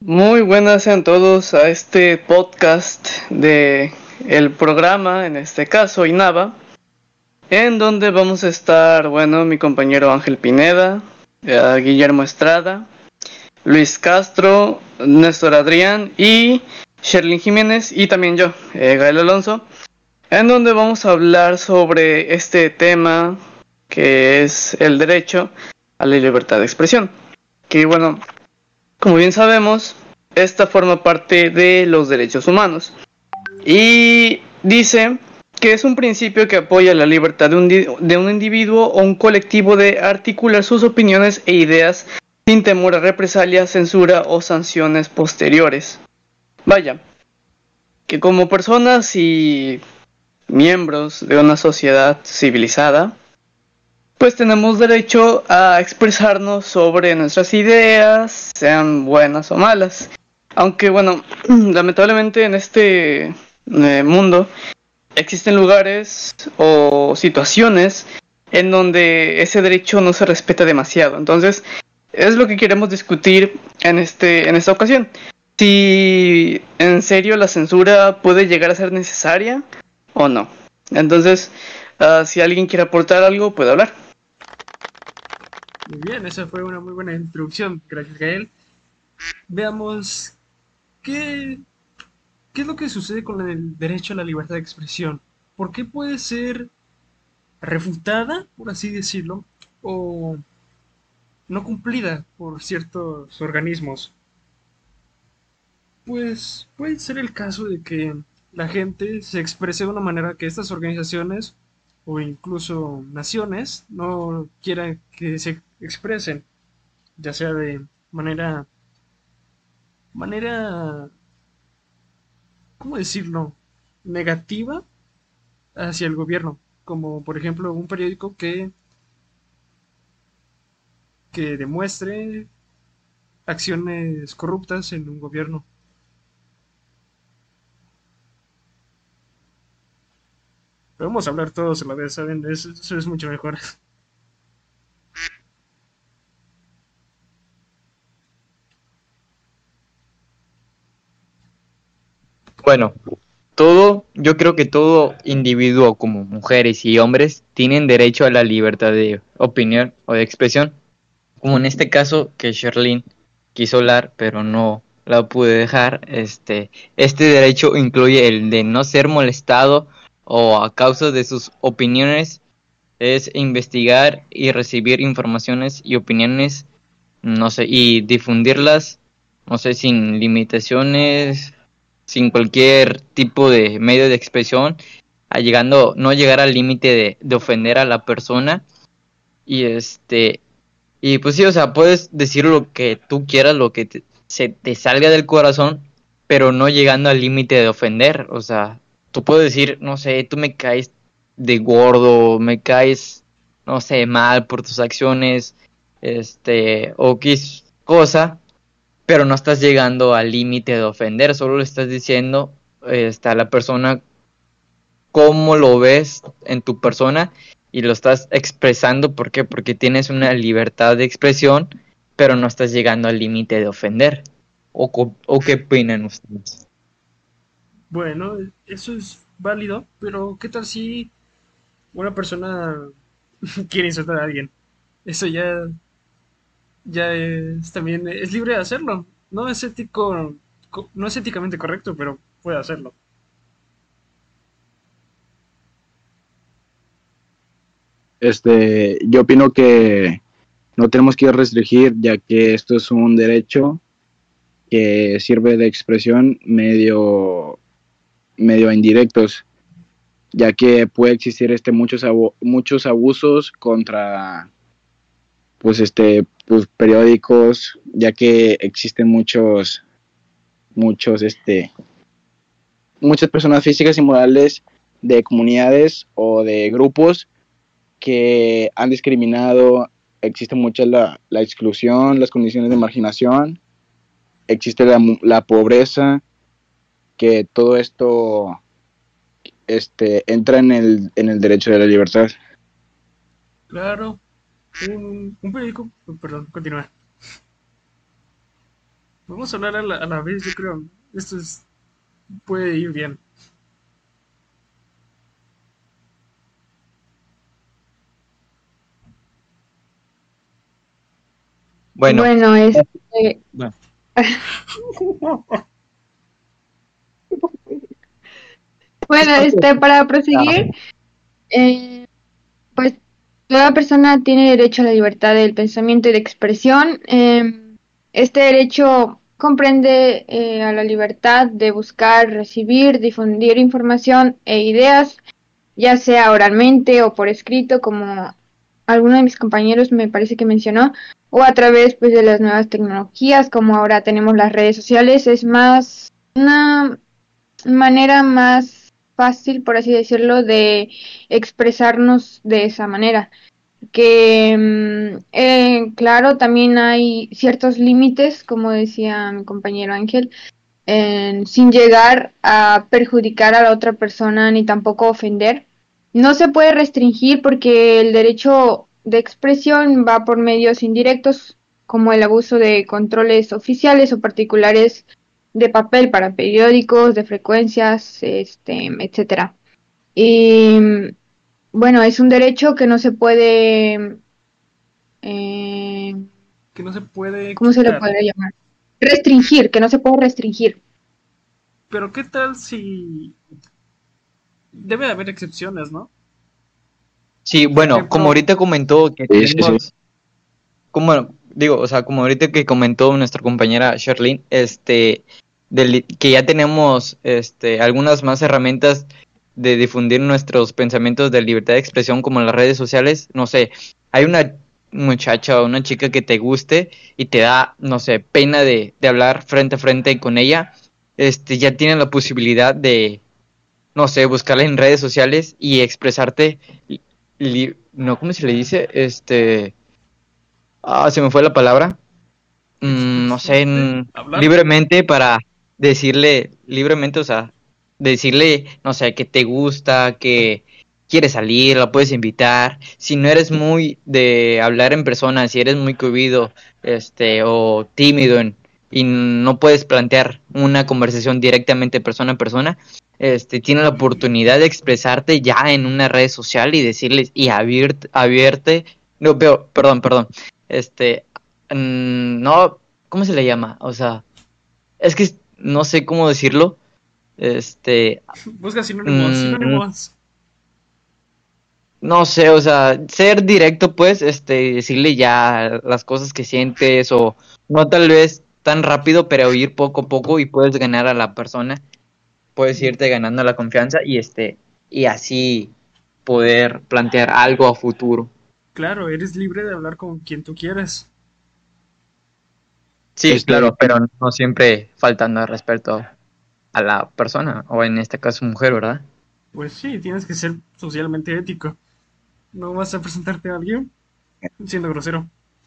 Muy buenas sean todos a este podcast de el programa, en este caso Inaba, en donde vamos a estar, mi compañero Ángel Pineda, Guillermo Estrada, Luis Castro, Néstor Adrián y Sherlyn Jiménez y también yo, Gael Alonso, en donde vamos a hablar sobre este tema que es el derecho a la libertad de expresión. Que como bien sabemos, esta forma parte de los derechos humanos y dice que es un principio que apoya la libertad de un individuo o un colectivo de articular sus opiniones e ideas sin temor a represalias, censura o sanciones posteriores. Vaya, que como personas y miembros de una sociedad civilizada, pues tenemos derecho a expresarnos sobre nuestras ideas, sean buenas o malas. Aunque lamentablemente en este mundo existen lugares o situaciones en donde ese derecho no se respeta demasiado. Entonces, es lo que queremos discutir en esta ocasión. Si en serio la censura puede llegar a ser necesaria o no. Entonces, si alguien quiere aportar algo, puede hablar. Muy bien, esa fue una muy buena introducción. Gracias, Gael. Veamos qué, qué es lo que sucede con el derecho a la libertad de expresión. ¿Por qué puede ser refutada, por así decirlo, o no cumplida por ciertos organismos? Pues puede ser el caso de que la gente se exprese de una manera que estas organizaciones o incluso naciones no quieran que se expresen, ya sea de manera manera, ¿cómo decirlo?, negativa hacia el gobierno, como por ejemplo un periódico que demuestre acciones corruptas en un gobierno. Podemos hablar todos a la vez, ¿saben? Eso es mucho mejor. Bueno, yo creo que todo individuo, como mujeres y hombres, tienen derecho a la libertad de opinión o de expresión, como en este caso que Sherlyn quiso hablar, pero no la pude dejar. Este derecho incluye el de no ser molestado o a causa de sus opiniones, es investigar y recibir informaciones y opiniones, no sé, y difundirlas, no sé, sin limitaciones, sin cualquier tipo de medio de expresión, no llegar al límite de ofender a la persona. Y y pues sí, o sea, puedes decir lo que tú quieras, se te salga del corazón, pero no llegando al límite de ofender. O sea, tú puedes decir, no sé, tú me caes de gordo, me caes, no sé, mal por tus acciones, o qué cosa, pero no estás llegando al límite de ofender, solo le estás diciendo a la persona cómo lo ves en tu persona y lo estás expresando. ¿Por qué? Porque tienes una libertad de expresión, pero no estás llegando al límite de ofender. ¿O qué opinan ustedes? Bueno, eso es válido, pero ¿qué tal si una persona quiere insultar a alguien? Eso ya es también es libre de hacerlo. No es ético, no es éticamente correcto, pero puede hacerlo. Yo opino que no tenemos que restringir, ya que esto es un derecho que sirve de expresión medio indirectos, ya que puede existir muchos abusos contra pues periódicos, ya que existen muchos muchas personas físicas y morales de comunidades o de grupos que han discriminado. Existe mucha la exclusión, las condiciones de marginación, existe la pobreza, que todo esto entra en el derecho de la libertad. Claro, un periódico, perdón, continúa. Vamos a hablar a la vez, yo creo. Esto puede ir bien. Bueno, Bueno, bueno, bueno, para proseguir, eh, pues toda persona tiene derecho a la libertad del pensamiento y de expresión. Este derecho comprende a la libertad de buscar, recibir, difundir información e ideas, ya sea oralmente o por escrito, como alguno de mis compañeros me parece que mencionó, o a través pues de las nuevas tecnologías, como ahora tenemos las redes sociales. Es más una manera más fácil, por así decirlo, de expresarnos de esa manera. Que claro, también hay ciertos límites, como decía mi compañero Ángel, sin llegar a perjudicar a la otra persona ni tampoco ofender. No se puede restringir porque el derecho de expresión va por medios indirectos, como el abuso de controles oficiales o particulares de papel para periódicos, de frecuencias, etcétera. Y bueno, es un derecho que no se puede, eh, Que no se puede ¿cómo se le quitar. puede llamar? Restringir, que no se puede restringir. Pero ¿qué tal si... Debe de haber excepciones, ¿no? sí, Por bueno, como ejemplo, ahorita comentó que Sí, sí, sí. tenemos, como digo, o sea, como ahorita que comentó nuestra compañera Sherlyn, que ya tenemos, algunas más herramientas de difundir nuestros pensamientos de libertad de expresión, como en las redes sociales. No sé, hay una muchacha o una chica que te guste y te da, no sé, pena de hablar frente a frente con ella, ya tienen la posibilidad de, no sé, buscarla en redes sociales y expresarte, no, ¿cómo se le dice? Se me fue la palabra. No sé, expresarte, hablar. libremente para decirle, libremente, o sea, decirle, no sé, que te gusta, que quieres salir, la puedes invitar. Si no eres muy de hablar en persona, si eres muy cohibido, o tímido y no puedes plantear una conversación directamente persona a persona, tiene la oportunidad de expresarte ya en una red social y decirles y abrirte, no, perdón, este, no, ¿cómo se le llama? O sea, es que no sé cómo decirlo. Este, Busca sinónimos, mm, sinónimos. no sé, o sea, ser directo, pues, decirle ya las cosas que sientes o no tal vez tan rápido, pero ir poco a poco y puedes ganar a la persona, puedes irte ganando la confianza y así poder plantear algo a futuro. Claro, eres libre de hablar con quien tú quieras. Sí, claro, pero no siempre faltando al respeto a la persona, o en este caso mujer, ¿verdad? Pues sí, tienes que ser socialmente ético. No vas a presentarte a alguien siendo grosero.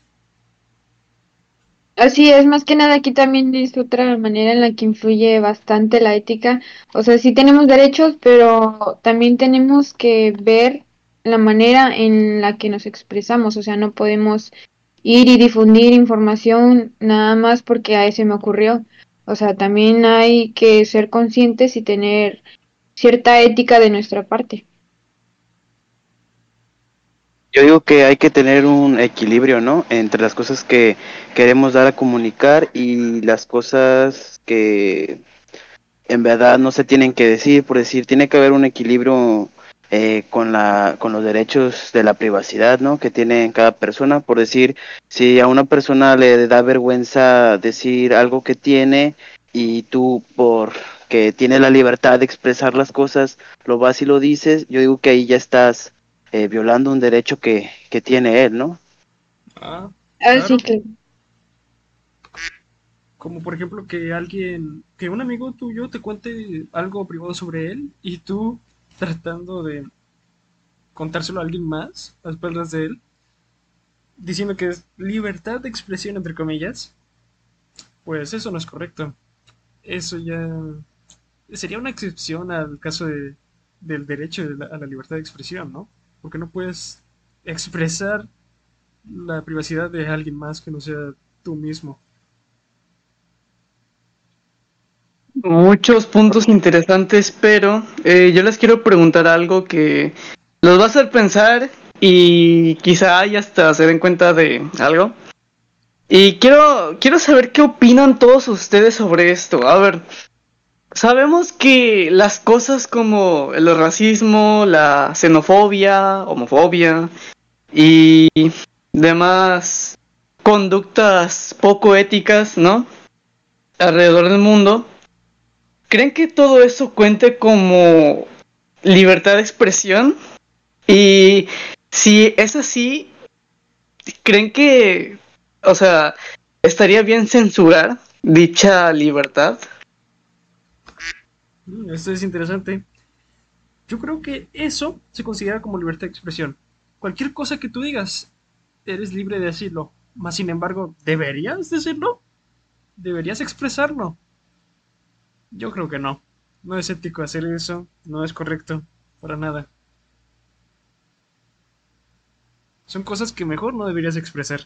Así es, más que nada aquí también es otra manera en la que influye bastante la ética. O sea, sí tenemos derechos, pero también tenemos que ver la manera en la que nos expresamos. O sea, no podemos ir y difundir información nada más porque a ese me ocurrió. O sea, también hay que ser conscientes y tener cierta ética de nuestra parte. Yo digo que hay que tener un equilibrio, ¿no? Entre las cosas que queremos dar a comunicar y las cosas que en verdad no se tienen que decir. Por decir, tiene que haber un equilibrio con los derechos de la privacidad, ¿no? Que tiene cada persona. Por decir, si a una persona le da vergüenza decir algo que tiene y tú por que tiene la libertad de expresar las cosas, lo vas y lo dices, yo digo que ahí ya estás violando un derecho que tiene él, ¿no? Ah, Así claro. que Como por ejemplo que alguien, que un amigo tuyo te cuente algo privado sobre él y tú tratando de contárselo a alguien más a espaldas de él, diciendo que es libertad de expresión entre comillas, pues eso no es correcto. Eso ya sería una excepción al caso del derecho a la libertad de expresión, ¿no? Porque no puedes expresar la privacidad de alguien más que no sea tú mismo. muchos puntos interesantes, pero yo les quiero preguntar algo que los va a hacer pensar y quizá hay hasta se den cuenta de algo. Y quiero saber qué opinan todos ustedes sobre esto. A ver, sabemos que las cosas como el racismo, la xenofobia, homofobia y demás conductas poco éticas, ¿no? Alrededor del mundo, ¿creen que todo eso cuente como libertad de expresión? Y si es así, ¿creen que, o sea, estaría bien censurar dicha libertad? Esto es interesante. Yo creo que eso se considera como libertad de expresión. Cualquier cosa que tú digas, eres libre de decirlo. Más sin embargo, ¿deberías decirlo? ¿Deberías expresarlo? Yo creo que no. No es ético hacer eso, no es correcto, para nada. Son cosas que mejor no deberías expresar.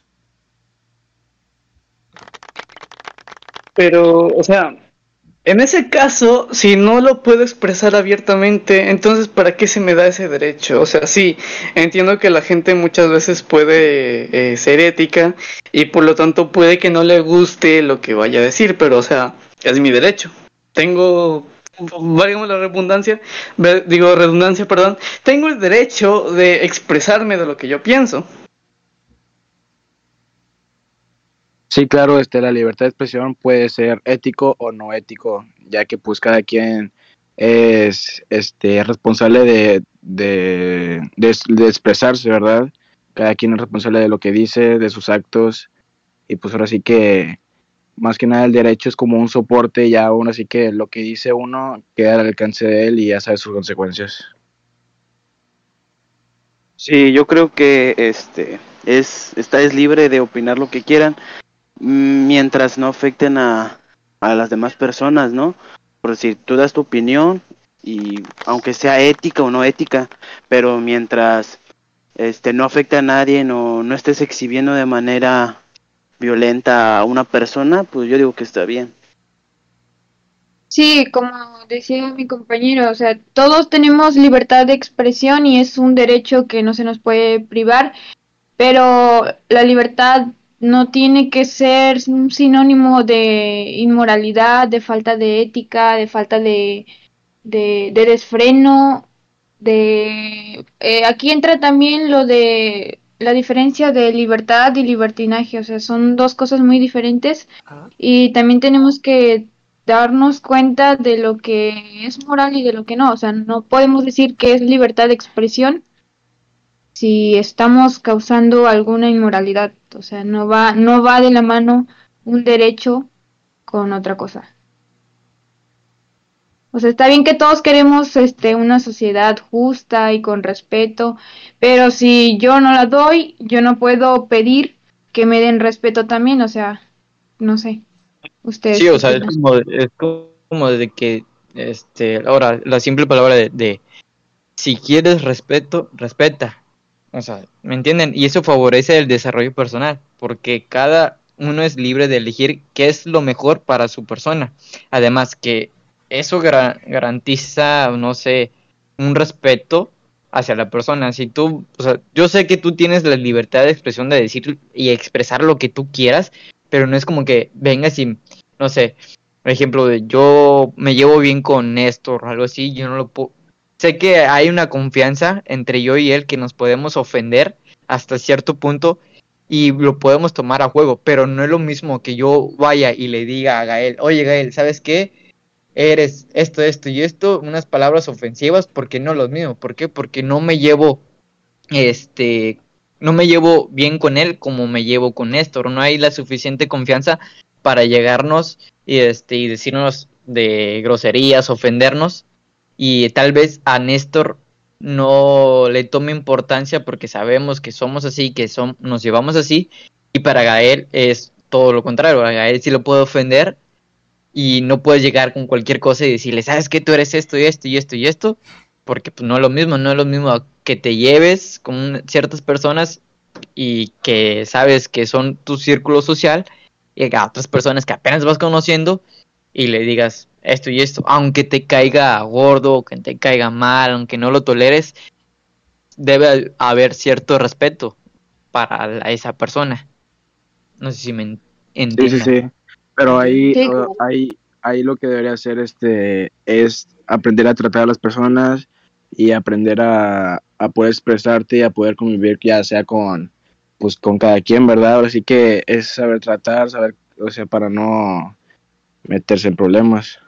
Pero, o sea, en ese caso, si no lo puedo expresar abiertamente, entonces ¿para qué se me da ese derecho? O sea, sí, entiendo que la gente muchas veces puede ser ética y por lo tanto puede que no le guste lo que vaya a decir, pero o sea, es mi derecho. Tengo, válgame la redundancia, perdón, tengo el derecho de expresarme de lo que yo pienso. Sí, claro, la libertad de expresión puede ser ético o no ético, ya que pues cada quien es responsable de expresarse, ¿verdad? Cada quien es responsable de lo que dice, de sus actos, y pues ahora sí que más que nada el derecho es como un soporte, y aún así que lo que dice uno queda al alcance de él y ya sabe sus consecuencias. Sí, yo creo que es libre de opinar lo que quieran, mientras no afecten a las demás personas, ¿no? Por decir, tú das tu opinión y aunque sea ética o no ética, pero mientras no afecte a nadie, no estés exhibiendo de manera violenta a una persona, pues yo digo que está bien. Sí, como decía mi compañero, o sea, todos tenemos libertad de expresión y es un derecho que no se nos puede privar, pero la libertad no tiene que ser un sinónimo de inmoralidad, de falta de ética, de falta de desfreno, aquí entra también lo de la diferencia de libertad y libertinaje, o sea, son dos cosas muy diferentes Ah, y también tenemos que darnos cuenta de lo que es moral y de lo que no, o sea, no podemos decir que es libertad de expresión si estamos causando alguna inmoralidad, o sea, no va de la mano un derecho con otra cosa. O sea, está bien que todos queremos una sociedad justa y con respeto, pero si yo no la doy, yo no puedo pedir que me den respeto también, o sea, no sé, Sí, ustedes qué o sea, opinan. es como de que, ahora, la simple palabra de si quieres respeto, respeta. O sea, ¿me entienden? Y eso favorece el desarrollo personal, porque cada uno es libre de elegir qué es lo mejor para su persona. Además que eso garantiza, no sé, un respeto hacia la persona. Si tú, o sea, yo sé que tú tienes la libertad de expresión de decir y expresar lo que tú quieras, pero no es como que vengas y, no sé, por ejemplo, de yo me llevo bien con Néstor o algo así, yo no lo puedo. Sé que hay una confianza entre yo y él que nos podemos ofender hasta cierto punto y lo podemos tomar a juego, pero no es lo mismo que yo vaya y le diga a Gael, oye Gael, ¿sabes qué? Eres esto y esto, unas palabras ofensivas, porque no es lo mismo. ¿Por qué? Porque este, no me llevo bien con él como me llevo con Néstor, no hay la suficiente confianza para llegarnos y decirnos de groserías, ofendernos, y tal vez a Néstor no le tome importancia porque sabemos que somos así, nos llevamos así, y para Gael es todo lo contrario, a Gael sí lo puede ofender y no puedes llegar con cualquier cosa y decirle, ¿sabes qué? Tú eres esto y esto y esto y esto, porque pues no es lo mismo, no es lo mismo que te lleves con ciertas personas y que sabes que son tu círculo social y a otras personas que apenas vas conociendo y le digas, esto y esto, aunque te caiga gordo, aunque te caiga mal, aunque no lo toleres, debe haber cierto respeto para esa persona. No sé si me Sí, sí, entiendan. sí. Pero ahí, Sí, ahí lo que debería hacer es aprender a tratar a las personas y aprender a poder expresarte y a poder convivir, ya sea pues con cada quien, ¿verdad? Ahora sí que es saber tratar, saber, o sea, para no meterse en problemas.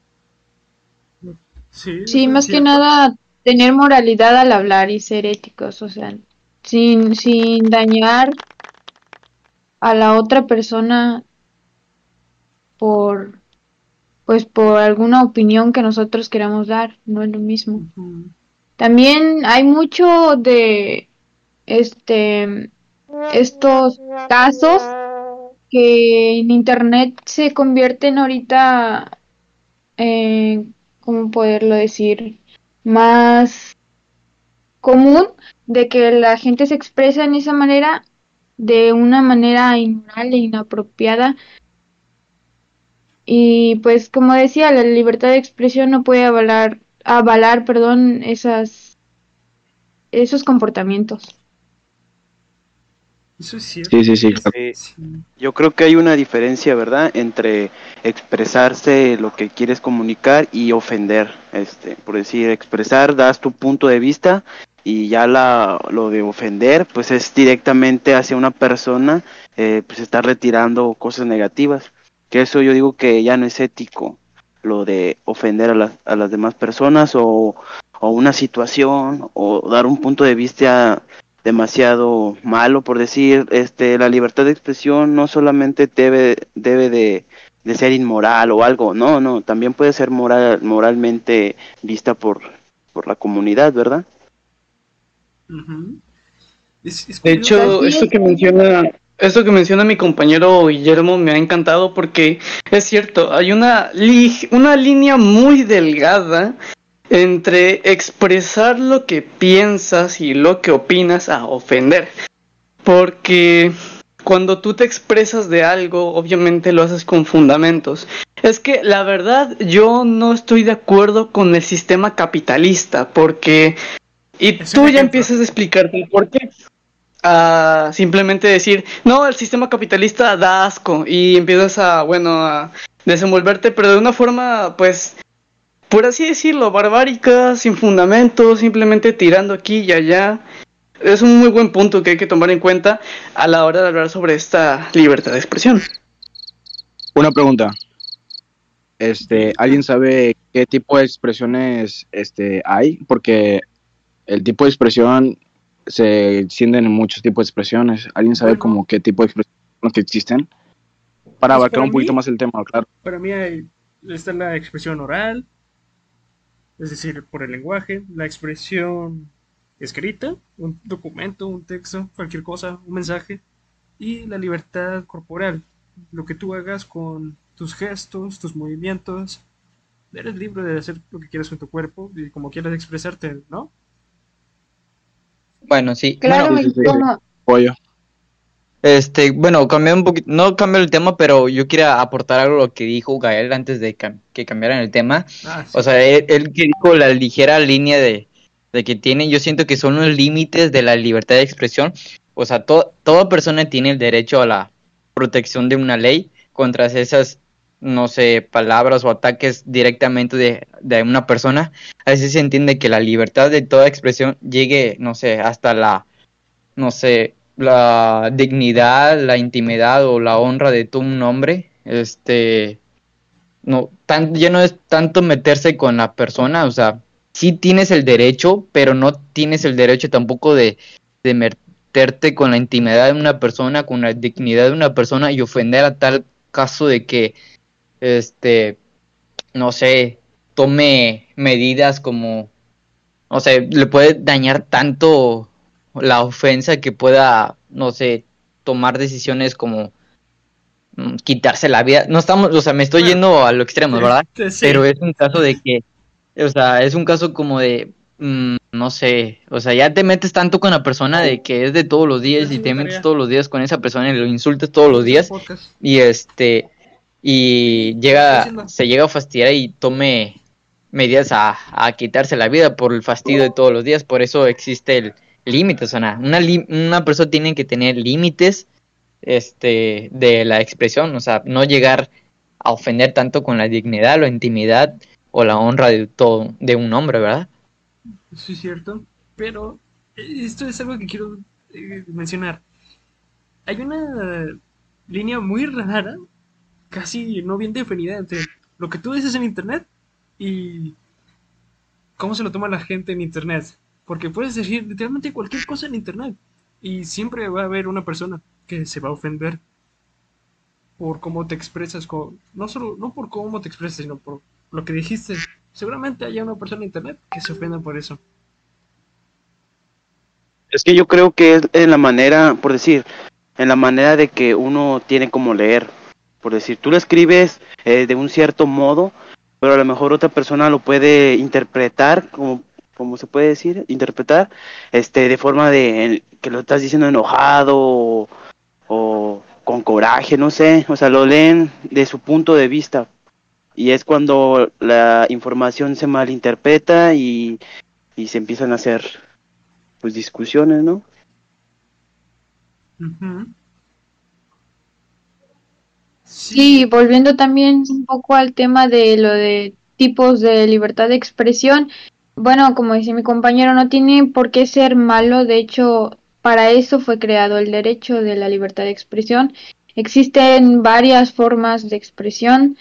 Sí, sí, eso es más que cierto. nada tener moralidad al hablar y ser éticos, o sea, sin dañar a la otra persona por, pues por alguna opinión que nosotros queramos dar, no es lo mismo. Ujú. También hay mucho de este estos casos que en internet se convierten ahorita ¿cómo poderlo decir? Más común de que la gente se expresa en esa manera, de una manera inmoral e inapropiada. Y pues como decía, la libertad de expresión no puede avalar, perdón, esos comportamientos. Eso es cierto. Sí, sí, sí, claro. Sí, Sí. yo creo que hay una diferencia, ¿verdad? Entre expresarse lo que quieres comunicar y ofender. Por decir, expresar, das tu punto de vista y ya lo de ofender, pues es directamente hacia una persona, pues está retirando cosas negativas. Que eso yo digo que ya no es ético, lo de ofender a las demás personas o una situación o dar un punto de vista demasiado malo, por decir, la libertad de expresión no solamente debe de ser inmoral o algo, no, también puede ser moralmente vista por la comunidad, ¿verdad? Ujú. Es De curioso. hecho, Así es. esto que menciona mi compañero Guillermo me ha encantado porque es cierto, hay una línea muy delgada entre expresar lo que piensas y lo que opinas a ofender. Porque cuando tú te expresas de algo, obviamente lo haces con fundamentos. Es que la verdad yo no estoy de acuerdo con el sistema capitalista porque... Y Es un tú ya ejemplo. empiezas a explicarte el por qué. A simplemente decir, no, el sistema capitalista da asco y empiezas a desenvolverte, pero de una forma, pues, por así decirlo, barbárica, sin fundamento, simplemente tirando aquí y allá. Es un muy buen punto que hay que tomar en cuenta a la hora de hablar sobre esta libertad de expresión. Una pregunta. Ok. ¿Alguien sabe qué tipo de expresiones hay? Porque el tipo de expresión se extienden en muchos tipos de expresiones. ¿Alguien sabe Bueno, como qué tipo de expresiones son las que existen? Para pues abarcar un poquito más el tema, claro. para mí está la expresión oral, es decir, por el lenguaje, la expresión escrita, un documento, un texto, cualquier cosa, un mensaje, y la libertad corporal, lo que tú hagas con tus gestos, tus movimientos. Eres libre de hacer lo que quieras con tu cuerpo y como quieras expresarte, ¿no? Bueno, sí. Bueno, Claro, Sí, sí, y sí, sí. como, Pollo. bueno, cambié un poquito, no cambió el tema, pero yo quería aportar algo a lo que dijo Gael antes de que cambiaran el tema. Ah, O sí. sea, él que dijo la ligera línea de que tiene, yo siento que son los límites de la libertad de expresión. O sea, toda persona tiene el derecho a la protección de una ley contra esas, no sé, palabras o ataques directamente de una persona. Así se entiende que la libertad de toda expresión llegue, no sé, hasta no sé, la dignidad, la intimidad o la honra de todo un hombre, ya no es tanto meterse con la persona, o sea, sí tienes el derecho, pero no tienes el derecho tampoco de meterte con la intimidad de una persona, con la dignidad de una persona y ofender a tal caso de que, no sé, tome medidas como, o sea, le puede dañar tanto la ofensa que pueda, no sé, tomar decisiones como quitarse la vida. No estamos, o sea, me estoy Bueno, yendo a lo extremo, ¿verdad? sí. Pero es un caso de que, o sea, es un caso como de, no sé, o sea, ya te metes tanto con la persona de que es de todos los días Esa y es mi te metes tarea. todos los días con esa persona y lo insultas todos los Hacer un días podcast. y y se llega a fastidiar y tome medidas a quitarse la vida por el fastidio de todos los días. Por eso existe el límite. O sea, una persona tiene que tener límites de la expresión. O sea, no llegar a ofender tanto con la dignidad, la intimidad o la honra de un hombre, ¿verdad? Eso es cierto, pero esto es algo que quiero mencionar. Hay una línea muy rara, casi no bien definida, entre lo que tú dices en internet y cómo se lo toma la gente en internet. Porque puedes decir literalmente cualquier cosa en internet y siempre va a haber una persona que se va a ofender por cómo te expresas, no por cómo te expresas, sino por lo que dijiste. Seguramente haya una persona en internet que se ofenda por eso. Es que yo creo que es en la manera, por decir, en la manera de que uno tiene como leer. Por decir, tú lo escribes de un cierto modo, pero a lo mejor otra persona lo puede interpretar, como se puede decir, interpretar, de forma que lo estás diciendo enojado o con coraje, no sé, o sea, lo leen de su punto de vista. Y es cuando la información se malinterpreta y se empiezan a hacer pues discusiones, ¿no? Ujú. Sí, volviendo también un poco al tema de lo de tipos de libertad de expresión, bueno, como dice mi compañero, no tiene por qué ser malo, de hecho, para eso fue creado el derecho de la libertad de expresión. Existen varias formas de expresión,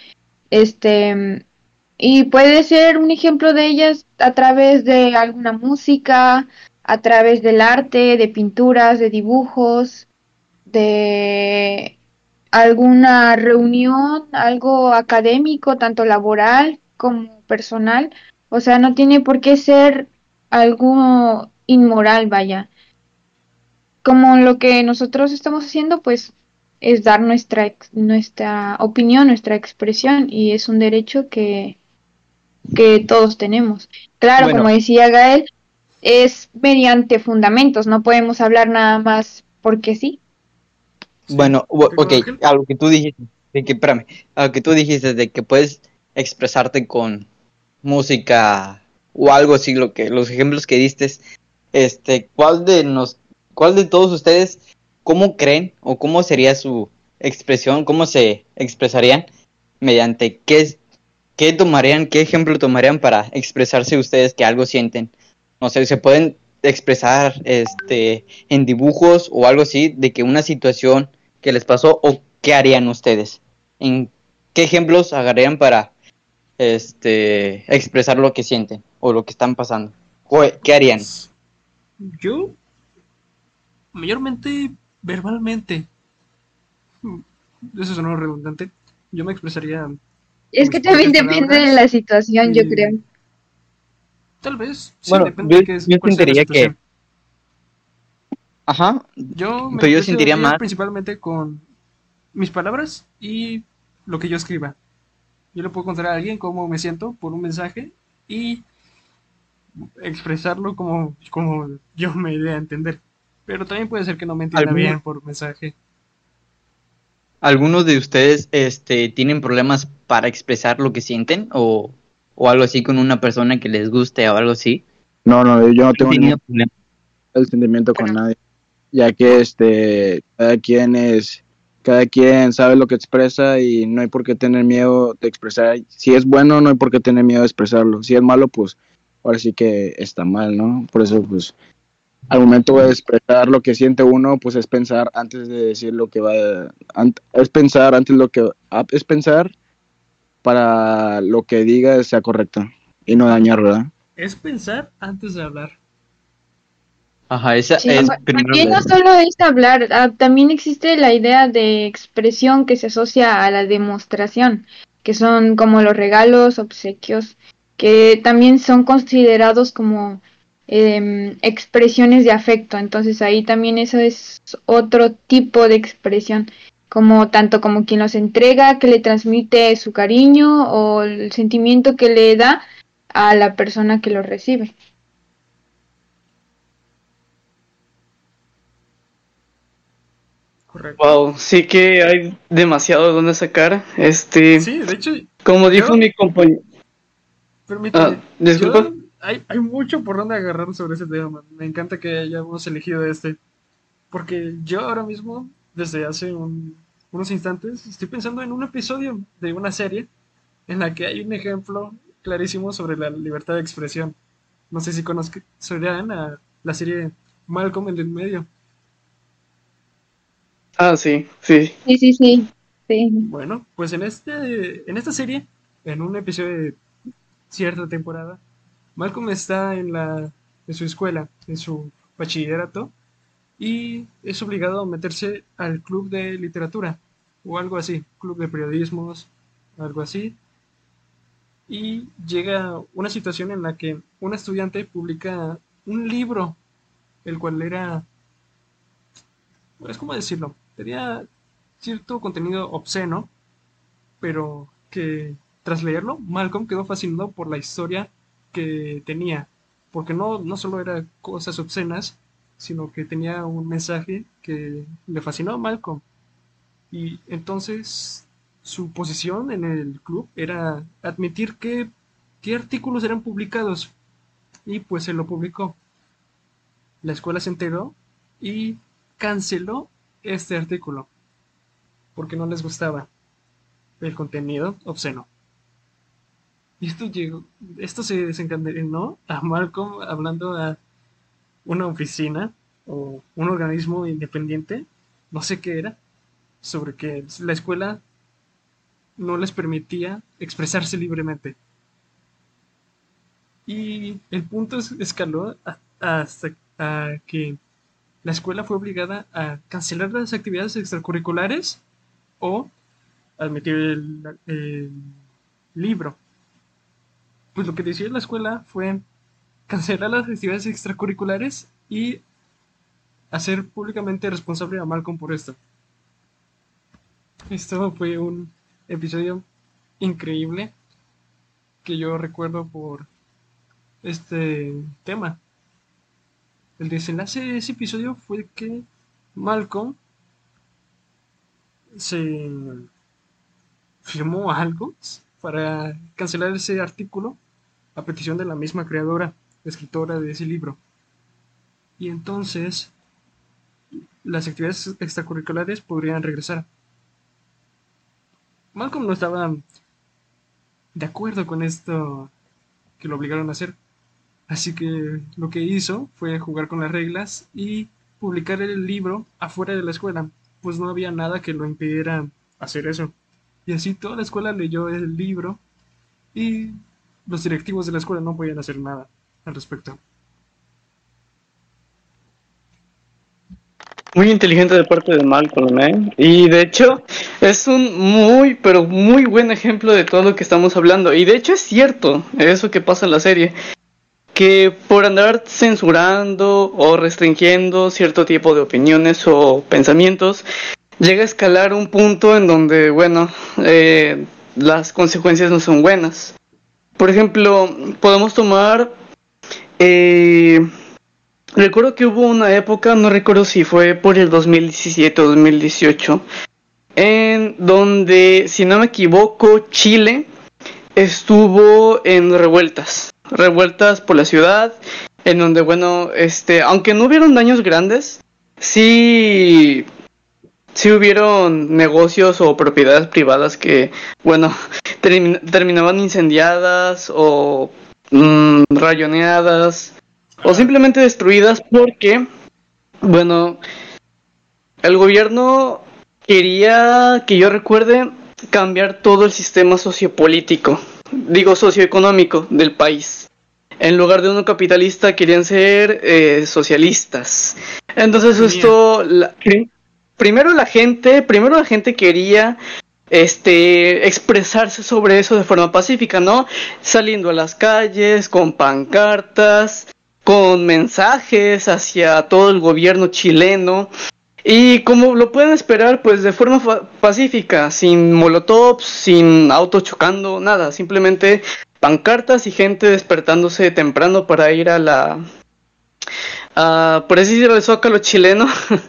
y puede ser un ejemplo de ellas a través de alguna música, a través del arte, de pinturas, de dibujos, de alguna reunión, algo académico, tanto laboral como personal. O sea, no tiene por qué ser algo inmoral, vaya. Como lo que nosotros estamos haciendo, pues es dar nuestra opinión, nuestra expresión, y es un derecho que todos tenemos. Claro, como Bueno, decía Gael, es mediante fundamentos, no podemos hablar nada más porque sí. Sí, ¿por qué ok, no, Ángel? a lo que tú dijiste, espérame, a lo que tú dijiste de que puedes expresarte con música o algo así, los ejemplos que diste, ¿cuál cuál de todos ustedes, cómo creen o cómo sería su expresión, cómo se expresarían mediante qué tomarían, qué ejemplo tomarían para expresarse ustedes que algo sienten? No sé, se pueden expresar en dibujos o algo así de que una situación que les pasó o qué harían ustedes. ¿En qué ejemplos agarrarían para expresar lo que sienten o lo que están pasando? ¿Qué harían? Yo, mayormente verbalmente, eso sonó redundante, yo me expresaría con Es mis que también propias depende de palabras la situación, yo y creo. tal vez, sí, Bueno, depende de qué yo cuál sea la sentiría que, situación. ajá, Yo me pero yo sentiría expresaría más. principalmente con mis palabras y lo que yo escriba. Yo le puedo contar a alguien cómo me siento por un mensaje y expresarlo como yo me dé a entender. Pero también puede ser que no me entienda algunos bien por mensaje. ¿Algunos de ustedes tienen problemas para expresar lo que sienten o algo así con una persona que les guste o algo así? No, yo no ¿Han tengo ningún tenido problemas? sentimiento con nadie, ya que cada quien sabe lo que expresa y no hay por qué tener miedo de expresar. Si es bueno, no hay por qué tener miedo de expresarlo. Si es malo, pues ahora sí que está mal, ¿no? Por eso, pues, al momento de expresar lo que siente uno, pues es pensar antes de decir lo que es pensar antes es pensar para lo que diga sea correcto y no dañar, ¿verdad? Es pensar antes de hablar. Ajá, esa Sí, es primero también no solo es hablar, también existe la idea de expresión que se asocia a la demostración, que son como los regalos, obsequios, que también son considerados como expresiones de afecto. Entonces ahí también eso es otro tipo de expresión, como tanto como quien los entrega, que le transmite su cariño o el sentimiento que le da a la persona que los recibe. Correcto. Wow, sí que hay demasiado de dónde sacar. Sí, de hecho, Como dijo yo, mi compañero. permíteme, Disculpa. hay mucho por donde agarrar sobre ese tema. Me encanta que hayamos elegido este. Porque yo ahora mismo, desde hace unos instantes, estoy pensando en un episodio de una serie en la que hay un ejemplo clarísimo sobre la libertad de expresión. No sé si conozcan la serie Malcolm el del medio. Ah, sí, sí. Sí, sí, sí. Sí. Bueno, pues en esta serie, en un episodio de cierta temporada, Malcolm está en su escuela, en su bachillerato, y es obligado a meterse al club de literatura o algo así, club de periodismos, algo así, y llega una situación en la que un estudiante publica un libro, el cual era, pues, ¿cómo decirlo? Tenía cierto contenido obsceno, pero que tras leerlo, Malcolm quedó fascinado por la historia que tenía, porque no solo era cosas obscenas, sino que tenía un mensaje que le fascinó a Malcolm. Y entonces su posición en el club era admitir qué artículos eran publicados, y pues se lo publicó. La escuela se enteró y canceló este artículo porque no les gustaba el contenido obsceno. Y esto se desencadenó a Malcolm hablando a una oficina o un organismo independiente, no sé qué era, sobre que la escuela no les permitía expresarse libremente. Y el punto escaló hasta a que la escuela fue obligada a cancelar las actividades extracurriculares o admitir el libro. Pues lo que decía la escuela fue cancelar las actividades extracurriculares y hacer públicamente responsable a Malcolm por esto. Esto fue un episodio increíble que yo recuerdo por este tema. El desenlace de ese episodio fue que Malcolm se firmó algo para cancelar ese artículo a petición de la misma creadora, escritora de ese libro. Y entonces las actividades extracurriculares podrían regresar. Malcolm no estaba de acuerdo con esto que lo obligaron a hacer, así que lo que hizo fue jugar con las reglas y publicar el libro afuera de la escuela, pues no había nada que lo impidiera hacer eso. Y así toda la escuela leyó el libro y los directivos de la escuela no podían hacer nada al respecto. Muy inteligente de parte de Malcolm, ¿eh? Y de hecho, es un muy, pero muy buen ejemplo de todo lo que estamos hablando. Y de hecho es cierto, eso que pasa en la serie, que por andar censurando o restringiendo cierto tipo de opiniones o pensamientos, llega a escalar un punto en donde, bueno, las consecuencias no son buenas. Por ejemplo, podemos tomar... recuerdo que hubo una época, no recuerdo si fue por el 2017 o 2018, en donde, si no me equivoco, Chile estuvo en revueltas por la ciudad, en donde, bueno, aunque no hubieron daños grandes, sí hubieron negocios o propiedades privadas que, bueno, terminaban incendiadas o rayoneadas o simplemente destruidas porque, bueno, el gobierno quería, que yo recuerde, cambiar todo el sistema socioeconómico del país. En lugar de uno capitalista querían ser socialistas. Entonces primero la gente quería expresarse sobre eso de forma pacífica, ¿no? Saliendo a las calles con pancartas, con mensajes hacia todo el gobierno chileno. Y como lo pueden esperar, pues de forma pacífica, sin molotovs, sin autos chocando, nada, simplemente pancartas y gente despertándose temprano para ir por así decirlo, al Zócalo chileno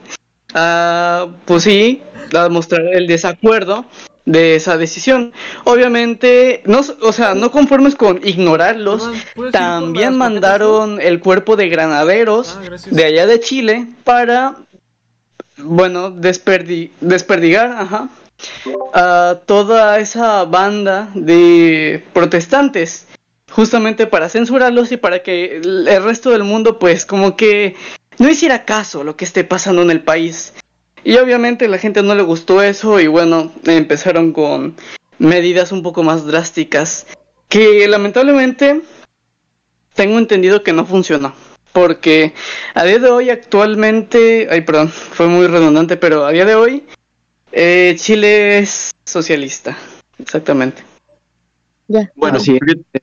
Pues sí, a mostrar el desacuerdo de esa decisión. Obviamente, no, o sea, no conformes con ignorarlos, Perdón, ¿puedes ir por también las croquetas tú? mandaron el cuerpo de granaderos de Gracias. allá de Chile para, bueno, desperdigar, ajá, a toda esa banda de protestantes, justamente para censurarlos y para que el resto del mundo pues como que no hiciera caso a lo que esté pasando en el país. Y obviamente a la gente no le gustó eso y bueno, empezaron con medidas un poco más drásticas que lamentablemente tengo entendido que no funcionó. Porque a día de hoy actualmente, ay perdón, fue muy redundante, pero a día de hoy Chile es socialista, exactamente. Bueno, Así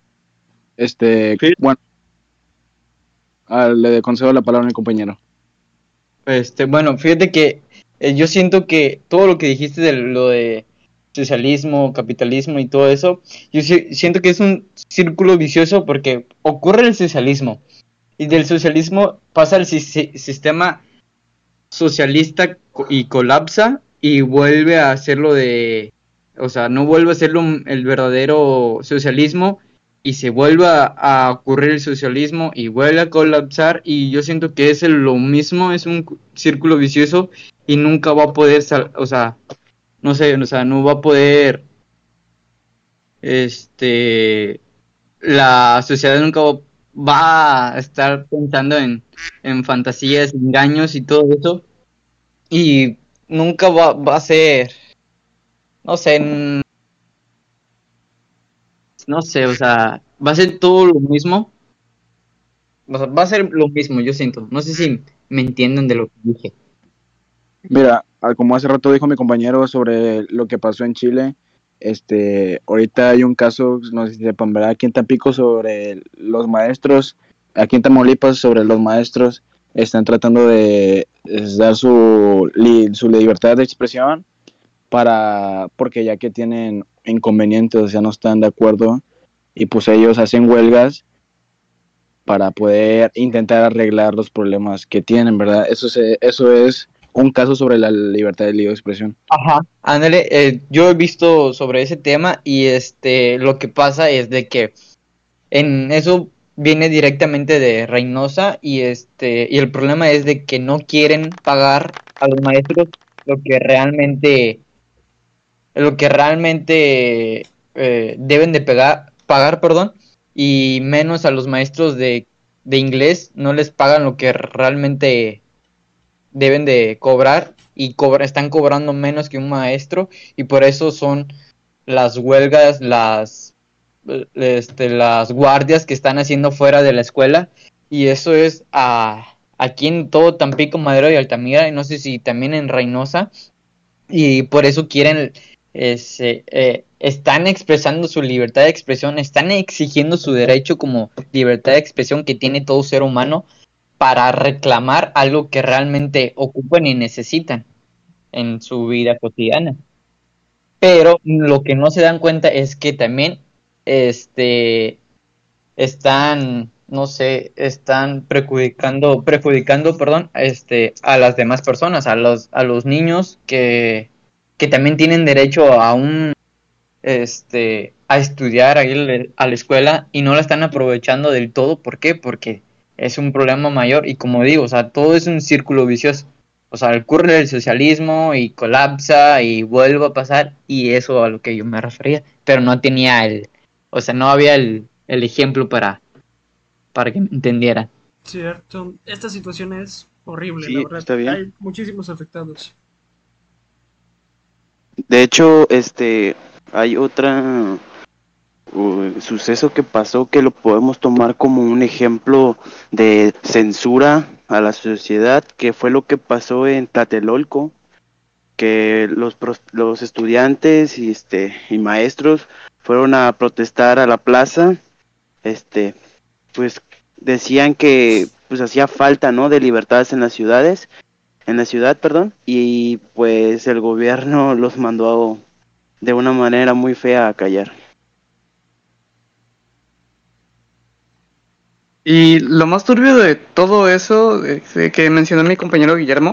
bueno, le concedo la palabra a mi compañero. Bueno, fíjate que yo siento que todo lo que dijiste de lo de socialismo, capitalismo y todo eso, yo siento que es un círculo vicioso porque ocurre el socialismo y del socialismo pasa al sistema socialista y colapsa y vuelve a hacerlo o sea, no vuelve a hacerlo el verdadero socialismo y se vuelve a ocurrir el socialismo y vuelve a colapsar y yo siento que es lo mismo, es un círculo vicioso y nunca va a poder, o sea, no sé, o sea, no va a poder, la sociedad nunca va a estar pensando en fantasías, engaños y todo eso y nunca va a ser, no sé, no sé, o sea, va a ser todo lo mismo, o sea, va a ser lo mismo, yo siento, no sé si me entienden de lo que dije. Mira, como hace rato dijo mi compañero sobre lo que pasó en Chile, ahorita hay un caso, no sé si sepan, ¿verdad? Aquí en Tampico sobre los maestros, aquí en Tamaulipas sobre los maestros, están tratando de dar su libertad de expresión porque ya que tienen inconvenientes, o sea, no están de acuerdo, y pues ellos hacen huelgas para poder intentar arreglar los problemas que tienen, ¿verdad? Eso es un caso sobre la libertad de libre expresión. Ajá, ándale, yo he visto sobre ese tema y lo que pasa es de que en eso viene directamente de Reynosa y el problema es de que no quieren pagar a los maestros lo que realmente deben de pagar, perdón, y menos a los maestros de inglés no les pagan lo que realmente deben de cobrar y están cobrando menos que un maestro y por eso son las huelgas, las guardias que están haciendo fuera de la escuela y eso es aquí en todo Tampico, Madero y Altamira y no sé si también en Reynosa y por eso quieren están expresando su libertad de expresión, están exigiendo su derecho como libertad de expresión que tiene todo ser humano para reclamar algo que realmente ocupan y necesitan en su vida cotidiana. Pero lo que no se dan cuenta es que también están, no sé, están perjudicando, perdón, a las demás personas, a los niños que también tienen derecho a estudiar, a ir a la escuela y no la están aprovechando del todo. ¿Por qué? Porque es un problema mayor y como digo, o sea, todo es un círculo vicioso. O sea, ocurre el socialismo y colapsa y vuelve a pasar y eso a lo que yo me refería, pero no tenía o sea, no había el ejemplo para que me entendieran. Cierto, esta situación es horrible, la Sí, verdad. está bien. Hay muchísimos afectados. De hecho, hay otra suceso que pasó que lo podemos tomar como un ejemplo de censura a la sociedad, que fue lo que pasó en Tlatelolco, que los estudiantes y maestros fueron a protestar a la plaza, pues decían que pues hacía falta, ¿no?, de libertades en la ciudad, perdón, y pues el gobierno los mandó de una manera muy fea a callar. Y lo más turbio de todo eso que mencionó mi compañero Guillermo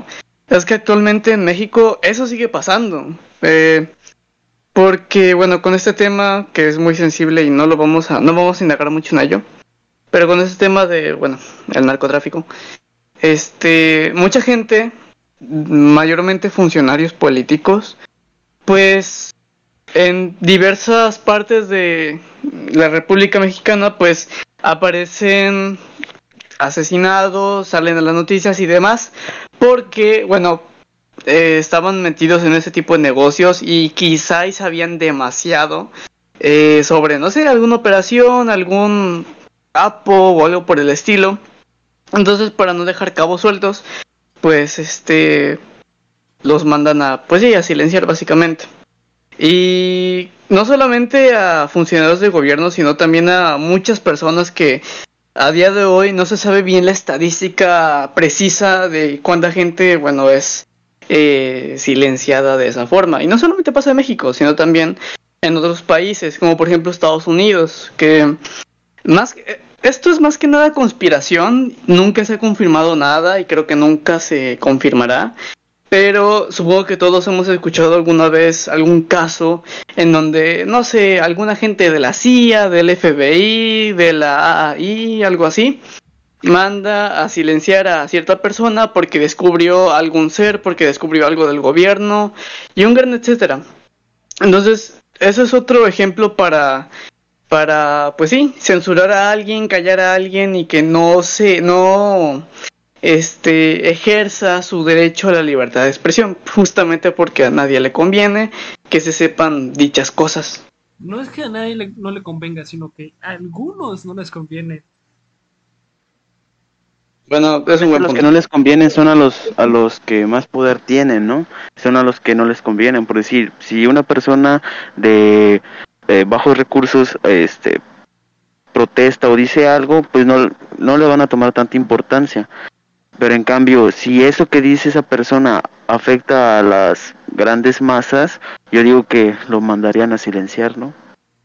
es que actualmente en México eso sigue pasando. Porque, bueno, con este tema que es muy sensible y no vamos a indagar mucho en ello, pero con este tema de, bueno, el narcotráfico, mucha gente, mayormente funcionarios políticos, pues en diversas partes de la República Mexicana, pues aparecen asesinados, salen a las noticias y demás, porque, bueno, estaban metidos en ese tipo de negocios y quizá sabían demasiado sobre, no sé, alguna operación, algún capo o algo por el estilo. Entonces, para no dejar cabos sueltos, pues los mandan a, pues sí, a silenciar básicamente. Y no solamente a funcionarios de gobierno, sino también a muchas personas que a día de hoy no se sabe bien la estadística precisa de cuánta gente, bueno, es silenciada de esa forma. Y no solamente pasa en México, sino también en otros países, como por ejemplo Estados Unidos, que esto es más que nada conspiración, nunca se ha confirmado nada y creo que nunca se confirmará. Pero supongo que todos hemos escuchado alguna vez algún caso en donde, no sé, algún agente de la CIA, del FBI, de la AI, algo así, manda a silenciar a cierta persona porque descubrió algún ser, porque descubrió algo del gobierno y un gran etcétera. Entonces, eso es otro ejemplo pues sí, censurar a alguien, callar a alguien y que no ejerza su derecho a la libertad de expresión, justamente porque a nadie le conviene que se sepan dichas cosas. No es que a nadie no le convenga, sino que a algunos no les conviene. Bueno, es un A buen los que punto. no les convienen son a los que más poder tienen, ¿no? Son a los que no les convienen. Por decir, si una persona de bajos recursos protesta o dice algo, pues no le van a tomar tanta importancia. Pero en cambio, si eso que dice esa persona afecta a las grandes masas, yo digo que lo mandarían a silenciar, ¿no?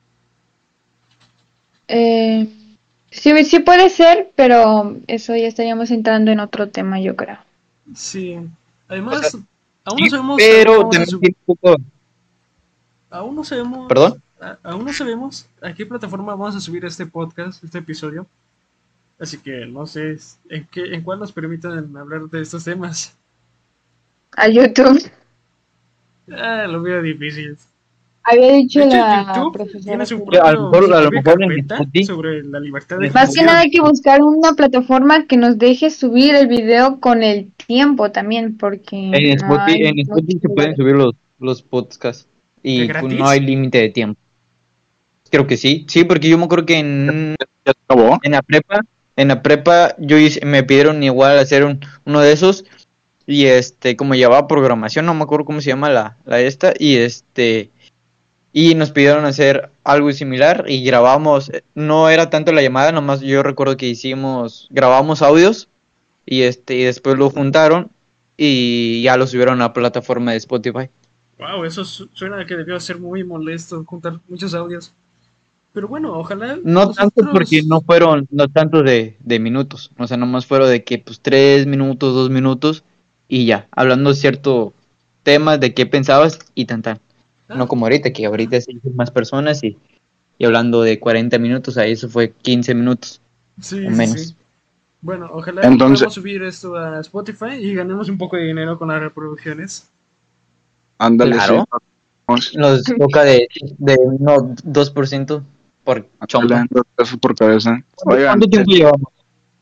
Sí, sí puede ser, pero eso ya estaríamos entrando en otro tema, yo creo. Sí. O sea, Además, aún no sí, sabemos a dónde pero vamos a también subir. tiene un poco... Aún no sabemos. ¿Perdón? Aún no sabemos a qué plataforma vamos a subir este podcast, este episodio. Así que no sé en cuál nos permitan hablar de estos temas. A YouTube. Lo veo difícil. Había dicho De hecho, la YouTube tiene profesora su que... su A lo propia mejor en carpeta Spotify, sobre la libertad de Más que nada expresión. hay que buscar una plataforma que nos deje subir el video con el tiempo también, porque no hay En muchos Spotify se pueden lugares. subir los podcasts ¿De y pues, no hay gratis? límite de tiempo. Creo que sí, sí, porque yo me acuerdo que en, ¿Ya se acabó? en la prepa, me pidieron igual hacer uno de esos y como llevaba programación, no me acuerdo cómo se llama la esta y nos pidieron hacer algo similar y grabamos, no era tanto la llamada, nomás yo recuerdo que grabamos audios y después lo juntaron y ya lo subieron a la plataforma de Spotify. Wow, eso suena que debió ser muy molesto juntar muchos audios. Pero bueno, ojalá No tanto porque nosotros. no tanto de minutos, o sea, nomás fueron de que pues 3 minutos, 2 minutos y ya, hablando cierto temas de qué pensabas y tan. No Ah, como ahorita, que ahorita sí hay más personas y hablando de 40 minutos, ahí eso fue 15 minutos o sí, sí, sí. menos. Bueno, ojalá Entonces, podamos subir esto a Spotify y ganemos un poco de dinero con las reproducciones. ándale, sí. Claro, nos toca no, 2% por Ándale, chompa. 2 pesos por cabeza. Oigan, ¿Cuánto tiempo llevamos?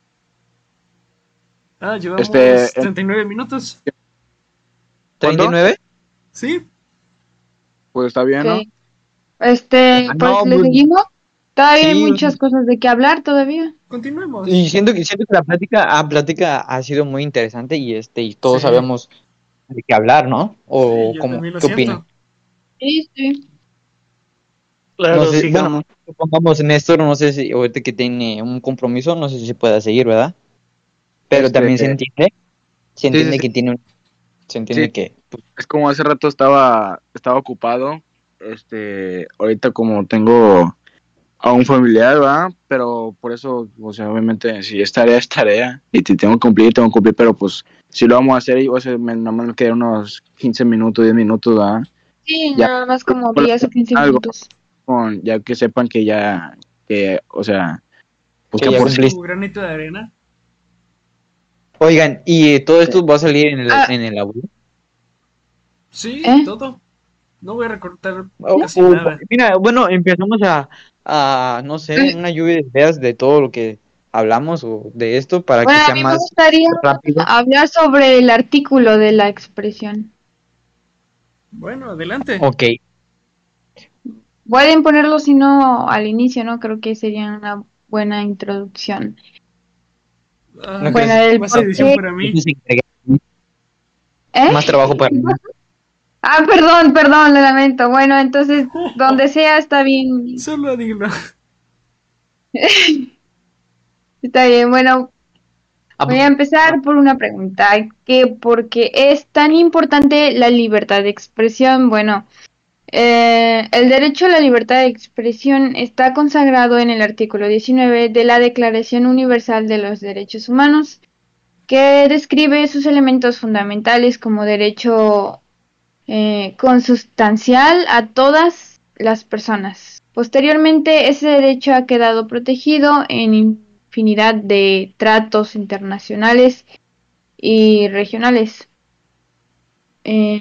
Llevamos 39 minutos. ¿cuánto? ¿39? Sí, Pues está bien, ¿no? Ok. No, Pues le pues seguimos. Todavía hay sí, muchas cosas de qué hablar todavía. continuemos. y siento que la plática ha sido muy interesante y todos Sí, sabemos de qué hablar, ¿no? sí, O yo cómo, también lo ¿qué opinan? siento. Sí, sí. No Claro, sé, bueno, sigamos. supongamos Néstor, no sé si ahorita que tiene un compromiso, no sé si se pueda seguir, ¿verdad? Pero Este, también se sí, sí, entiende sí. que se Sí, entiende que, pues, es como hace rato estaba ocupado. Ahorita como tengo a un familiar, ¿va? Pero por eso, o sea, obviamente, si es tarea, y te tengo que cumplir, pero pues, si lo vamos a hacer, o sea, nada más me quedan unos 15 minutos, 10 minutos, ¿va? Sí, Ya, nada más como bueno, 10 o 15 algo, minutos. ya que sepan que ya, que, o sea, pues Que que ya por cumpliste. Tu granito de arena. Oigan, ¿y todo esto va a salir Ah, en el audio? Sí, ¿eh? todo. No voy a recortar O- casi o- nada. mira, bueno, empezamos no sé, una lluvia de ideas de todo lo que hablamos o de esto para que Bueno, a sea mí me más gustaría rápido. hablar sobre el artículo de la expresión. Bueno, adelante. Ok, Pueden ponerlo si no al inicio, ¿no? Creo que sería una buena introducción. ¿no Bueno, crees? el Más por edición qué, para mí. Eso sí, ¿eh? más trabajo para mí. Ah, perdón, lo lamento. Bueno, entonces, donde sea está bien. Solo dilo. Está bien, bueno, Ah, voy a empezar por una pregunta, que ¿por qué es tan importante la libertad de expresión? Bueno, el derecho a la libertad de expresión está consagrado en el artículo 19 de la Declaración Universal de los Derechos Humanos, que describe sus elementos fundamentales como derecho consustancial a todas las personas. Posteriormente, ese derecho ha quedado protegido en infinidad de tratos internacionales y regionales. Eh,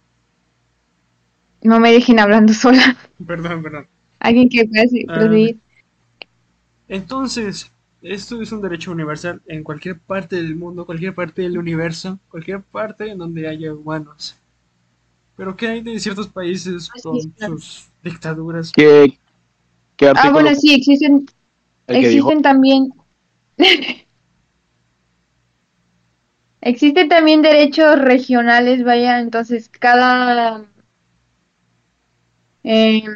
no me dejen hablando sola. Perdón. Alguien que pueda Ah, proseguir. entonces, esto es un derecho universal en cualquier parte del mundo, cualquier parte del universo, cualquier parte en donde haya humanos. Pero ¿qué hay de ciertos países Así es, con claro. sus dictaduras? ¿Qué Ah, artículo bueno, fue sí, existen, el que dijo? existen también, existen también derechos regionales, vaya, entonces eh,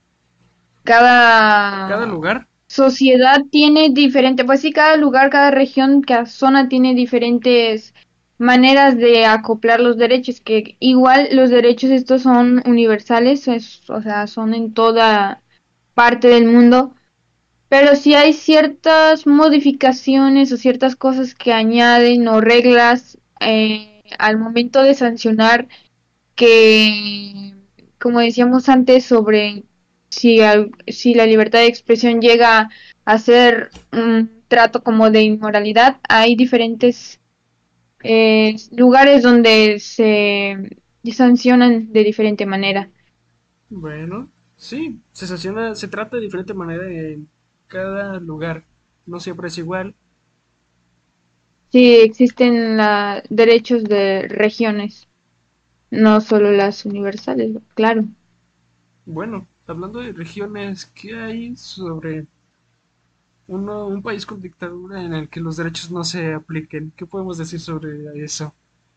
Cada cada lugar, sociedad tiene diferente, pues sí, cada lugar, cada región, cada zona tiene diferentes maneras de acoplar los derechos, que igual los derechos estos son universales, o sea, son en toda parte del mundo, pero sí hay ciertas modificaciones o ciertas cosas que añaden o reglas al momento de sancionar que, como decíamos antes, sobre si la libertad de expresión llega a ser un trato como de inmoralidad, hay diferentes lugares donde se sancionan de diferente manera. bueno, sí, se sanciona, se trata de diferente manera en cada lugar. No siempre es igual. Sí, existen derechos de regiones, no solo las universales, claro. Bueno, hablando de regiones, ¿qué hay sobre un país con dictadura en el que los derechos no se apliquen? ¿Qué podemos decir sobre eso?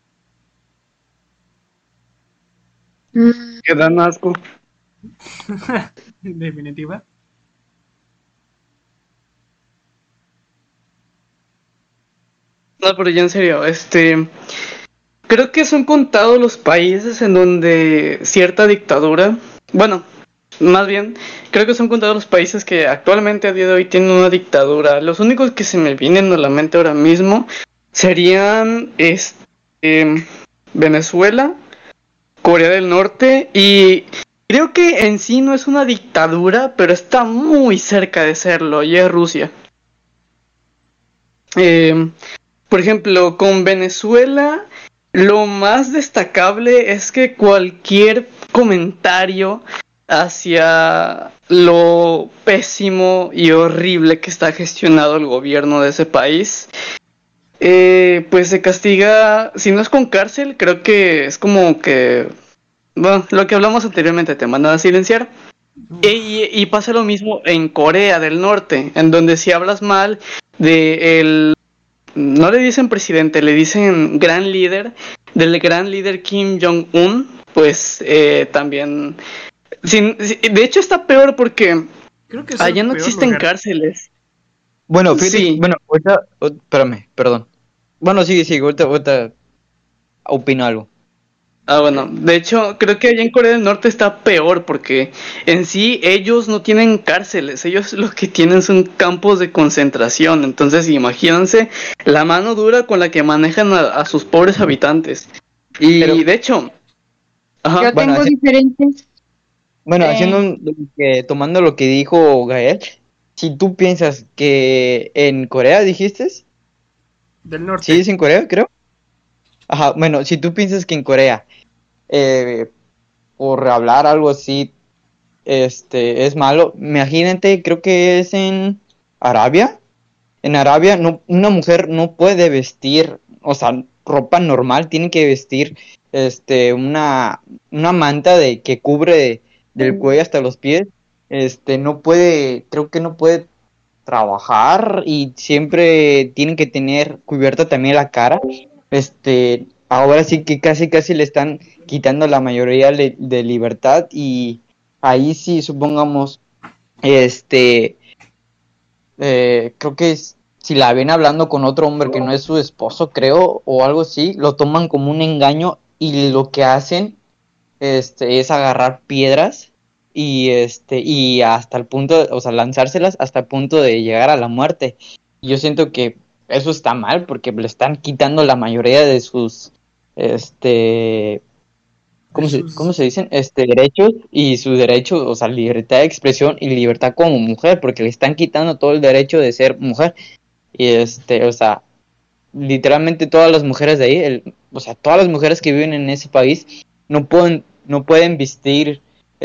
Mm, Que dan asco. En definitiva. No, pero ya en serio, creo que son contados los países en donde cierta dictadura, bueno, más bien, creo que son contados los países que actualmente a día de hoy tienen una dictadura. Los únicos que se me vienen a la mente ahora mismo serían Venezuela, Corea del Norte y creo que en sí no es una dictadura, pero está muy cerca de serlo y es Rusia. Eh, por ejemplo, con Venezuela, lo más destacable es que cualquier comentario hacia lo pésimo y horrible que está gestionado el gobierno de ese país, pues se castiga, si no es con cárcel, creo que es como que, bueno, lo que hablamos anteriormente, te mandan a silenciar. Uf, Y pasa lo mismo en Corea del Norte, en donde si hablas mal de el no le dicen presidente, le dicen gran líder, del gran líder Kim Jong-un, pues también... de hecho está peor porque creo que es el allá no peor existen lugar. cárceles. bueno, fíjate, Sí, bueno, ahorita, espérame, perdón. Bueno, sí, ahorita opino algo. Ah, bueno, de hecho, creo que allá en Corea del Norte está peor porque en sí ellos no tienen cárceles, ellos lo que tienen son campos de concentración. Entonces, imagínense la mano dura con la que manejan a sus pobres habitantes. Pero Y de hecho, ajá, Yo bueno, tengo diferentes. haciendo eh, tomando lo que dijo Gael, si tú piensas que en Corea dijiste, Del sí norte. es en Corea, creo. Ajá, bueno, si tú piensas que en Corea, eh, por hablar algo así, es malo, imagínate, creo que es en Arabia. En Arabia no, una mujer no puede vestir, o sea, ropa normal, tiene que vestir una manta que cubre del cuello hasta los pies. No puede, creo que no puede trabajar y siempre tienen que tener cubierta también la cara. Ahora sí que casi le están quitando la mayoría de libertad y ahí sí supongamos, creo que si la ven hablando con otro hombre que no es su esposo, creo, o algo así, lo toman como un engaño y lo que hacen es agarrar piedras y hasta el punto, o sea, lanzárselas hasta el punto de llegar a la muerte. Y yo siento que eso está mal porque le están quitando la mayoría de sus, este, De ¿cómo sus... se dicen? Derechos y su derecho, o sea, libertad de expresión y libertad como mujer, porque le están quitando todo el derecho de ser mujer. Y o sea, literalmente todas las mujeres de ahí, o sea, todas las mujeres que viven en ese país no pueden vestir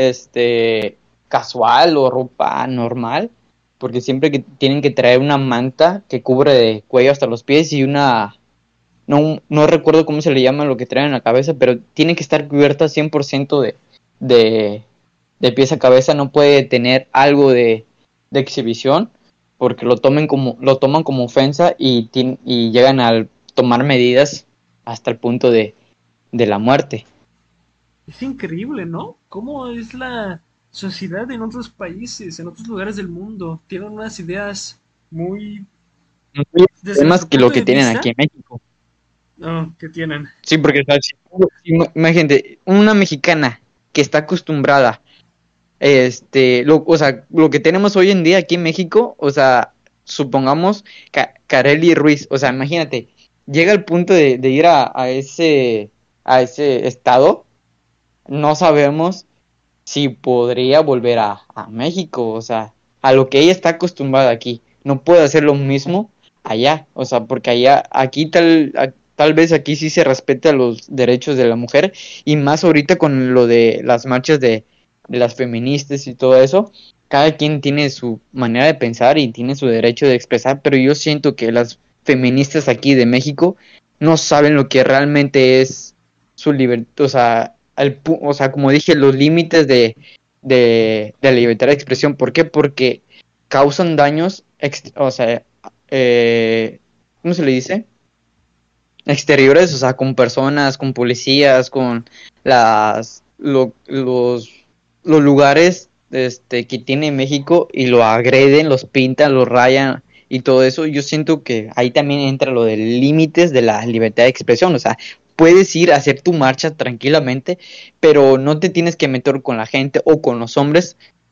casual o ropa normal, porque siempre que tienen que traer una manta que cubre de cuello hasta los pies y no recuerdo cómo se le llama lo que traen en la cabeza, pero tiene que estar cubierta 100% de, de pies a cabeza, no puede tener algo de exhibición porque lo toman como ofensa y llegan a tomar medidas hasta el punto de la muerte. Es increíble, ¿no? ¿Cómo es la sociedad en otros países, en otros lugares del mundo? Tienen unas ideas muy... Desde Temas nuestro que lo punto que de tienen aquí vista, en México. no, que tienen. Sí, porque o sea, imagínate, una mexicana que está acostumbrada o sea, lo que tenemos hoy en día aquí en México, o sea, supongamos Kareli Ruiz, o sea, imagínate, llega al punto de ir a ese estado, no sabemos si podría volver a México, o sea, a lo que ella está acostumbrada aquí, no puede hacer lo mismo allá, o sea, porque aquí tal vez aquí sí se respeta los derechos de la mujer y más ahorita con lo de las marchas de las feministas y todo eso, cada quien tiene su manera de pensar y tiene su derecho de expresar, pero yo siento que las feministas aquí de México no saben lo que realmente es su libertad, o sea, o sea, como dije, los límites de la libertad de expresión. ¿Por qué? Porque causan daños, o sea, ¿cómo se le dice? Exteriores, o sea, con personas, con policías, con los lugares que tiene México y lo agreden, los pintan, los rayan y todo eso. Yo siento que ahí también entra lo de límites de la libertad de expresión, o sea, puedes ir a hacer tu marcha tranquilamente, pero no te tienes que meter con la gente o con los hombres,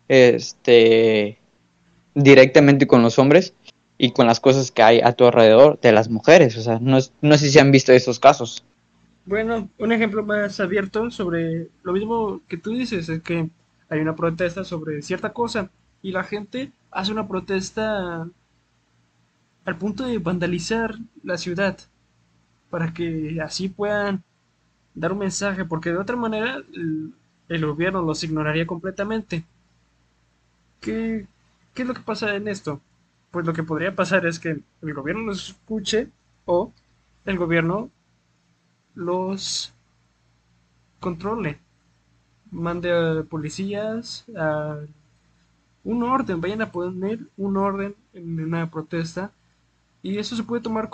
directamente con los hombres y con las cosas que hay a tu alrededor de las mujeres. O sea, no sé si han visto esos casos. Bueno, un ejemplo más abierto sobre lo mismo que tú dices, es que hay una protesta sobre cierta cosa y la gente hace una protesta al punto de vandalizar la ciudad para que así puedan dar un mensaje, porque de otra manera el gobierno los ignoraría completamente. ¿Qué, ¿Qué es lo que pasa en esto? Pues lo que podría pasar es que el gobierno los escuche o el gobierno los controle, mande a policías, a un orden, vayan a poner un orden en una protesta y eso se puede tomar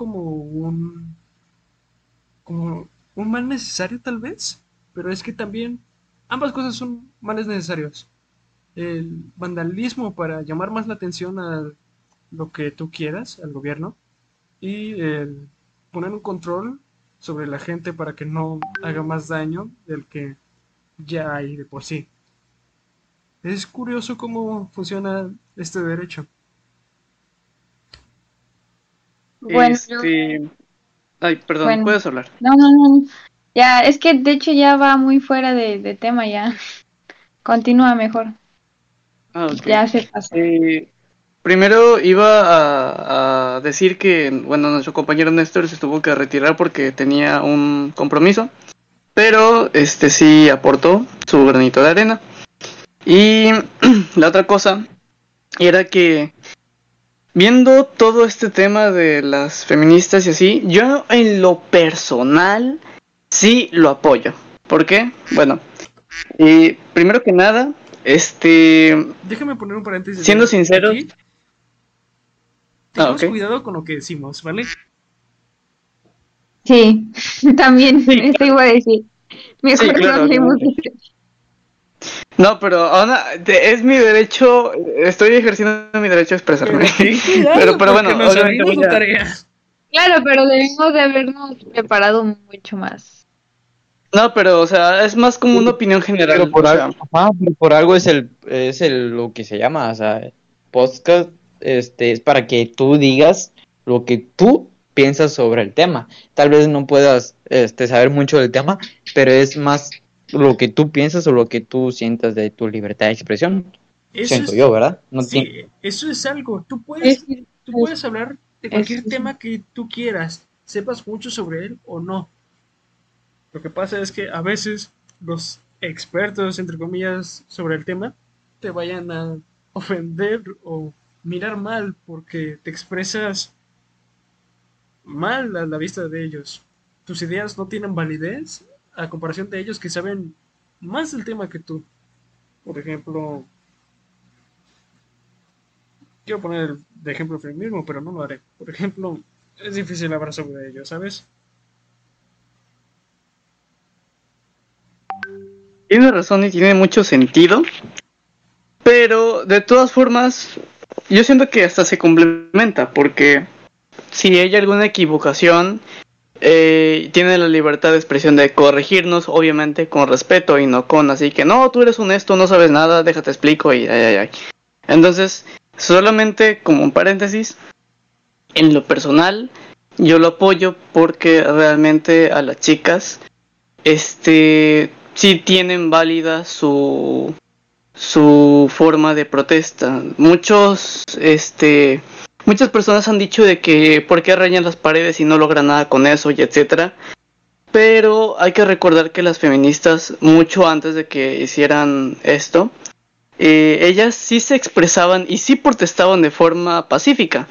como un mal necesario tal vez, pero es que también ambas cosas son males necesarios. El vandalismo para llamar más la atención a lo que tú quieras, al gobierno, y el poner un control sobre la gente para que no haga más daño del que ya hay de por sí. Es curioso cómo funciona este derecho. Bueno, Ay, perdón, bueno, puedes hablar. no. Ya, es que de hecho ya va muy fuera de tema ya. Continúa mejor. Ah, ok. Ya se pasó. Primero iba a decir que, bueno, nuestro compañero Néstor se tuvo que retirar porque tenía un compromiso, pero sí aportó su granito de arena. Y la otra cosa era que viendo todo este tema de las feministas y así, yo en lo personal sí lo apoyo. ¿Por qué? Bueno, primero que nada, Déjame poner un paréntesis siendo sinceros, aquí. Tengamos ok. cuidado con lo que decimos, ¿vale? Sí, también Sí, esto iba a decir. Mejor Sí, no claro, hablemos obviamente. de eso. No, pero es mi derecho, estoy ejerciendo mi derecho a expresarme. Pero ten cuidado Pero porque bueno, nos obviamente salimos voy de a... tarea. Claro, pero debemos de habernos preparado mucho más. No, pero, o sea, es más como una opinión Pero general, por o algo, sea... pero por algo es lo que se llama, o sea, podcast, es para que tú digas lo que tú piensas sobre el tema. Tal vez no puedas, saber mucho del tema, pero es más lo que tú piensas o lo que tú sientas de tu libertad de expresión. Eso Siento es, yo, ¿verdad? No tiene... sí, eso es algo. Es, Tú puedes hablar de cualquier es- tema que tú quieras, sepas mucho sobre él o no. Lo que pasa es que a veces los expertos, entre comillas, sobre el tema te vayan a ofender o mirar mal porque te expresas mal a la vista de ellos. Tus ideas no tienen validez a comparación de ellos que saben más del tema que tú. Por ejemplo, quiero poner de ejemplo el feminismo, pero no lo haré. Por ejemplo, es difícil hablar sobre ello, ¿sabes? Tiene razón y tiene mucho sentido, pero de todas formas, yo siento que hasta se complementa, porque si hay alguna equivocación, tiene la libertad de expresión de corregirnos, obviamente con respeto y no con así que no, tú eres honesto, no sabes nada, déjate explico y ay. Entonces, solamente como un paréntesis, en lo personal, yo lo apoyo porque realmente a las chicas, sí tienen válida su forma de protesta. Muchas personas han dicho de que por qué arañan las paredes y no logran nada con eso y etcétera. Pero hay que recordar que las feministas, mucho antes de que hicieran esto, ellas sí se expresaban y sí protestaban de forma pacífica.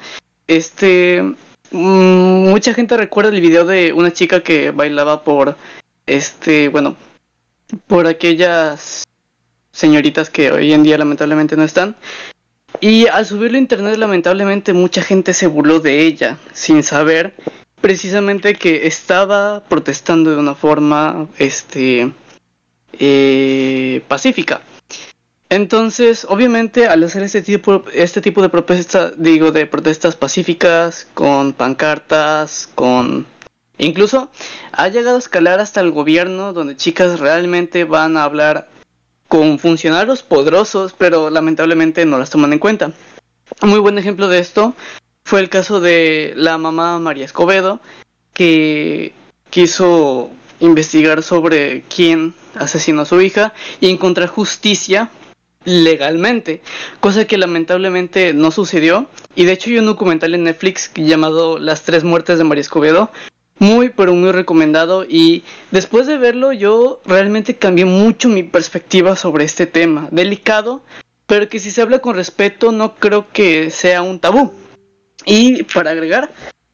Mucha gente recuerda el video de una chica que bailaba bueno, por aquellas señoritas que hoy en día lamentablemente no están. Y al subirlo a internet, lamentablemente mucha gente se burló de ella, sin saber precisamente que estaba protestando de una forma pacífica. Entonces, obviamente, al hacer este tipo de de protestas pacíficas, con pancartas, incluso ha llegado a escalar hasta el gobierno, donde chicas realmente van a hablar con funcionarios poderosos, pero lamentablemente no las toman en cuenta. Un muy buen ejemplo de esto fue el caso de la mamá María Escobedo, que quiso investigar sobre quién asesinó a su hija y encontrar justicia legalmente, cosa que lamentablemente no sucedió. Y de hecho hay un documental en Netflix llamado Las 3 muertes de María Escobedo, muy pero muy recomendado, y después de verlo yo realmente cambié mucho mi perspectiva sobre este tema, delicado, pero que si se habla con respeto no creo que sea un tabú. Y para agregar,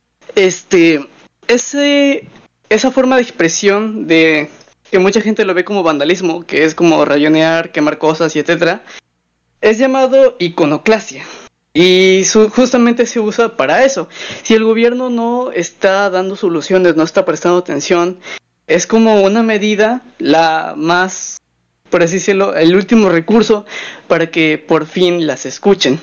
esa forma de expresión de que mucha gente lo ve como vandalismo, que es como rayonear, quemar cosas y etcétera, es llamado iconoclasia. Y justamente se usa para eso. Si el gobierno no está dando soluciones, no está prestando atención, es como una medida, la más, por así decirlo, el último recurso para que por fin las escuchen.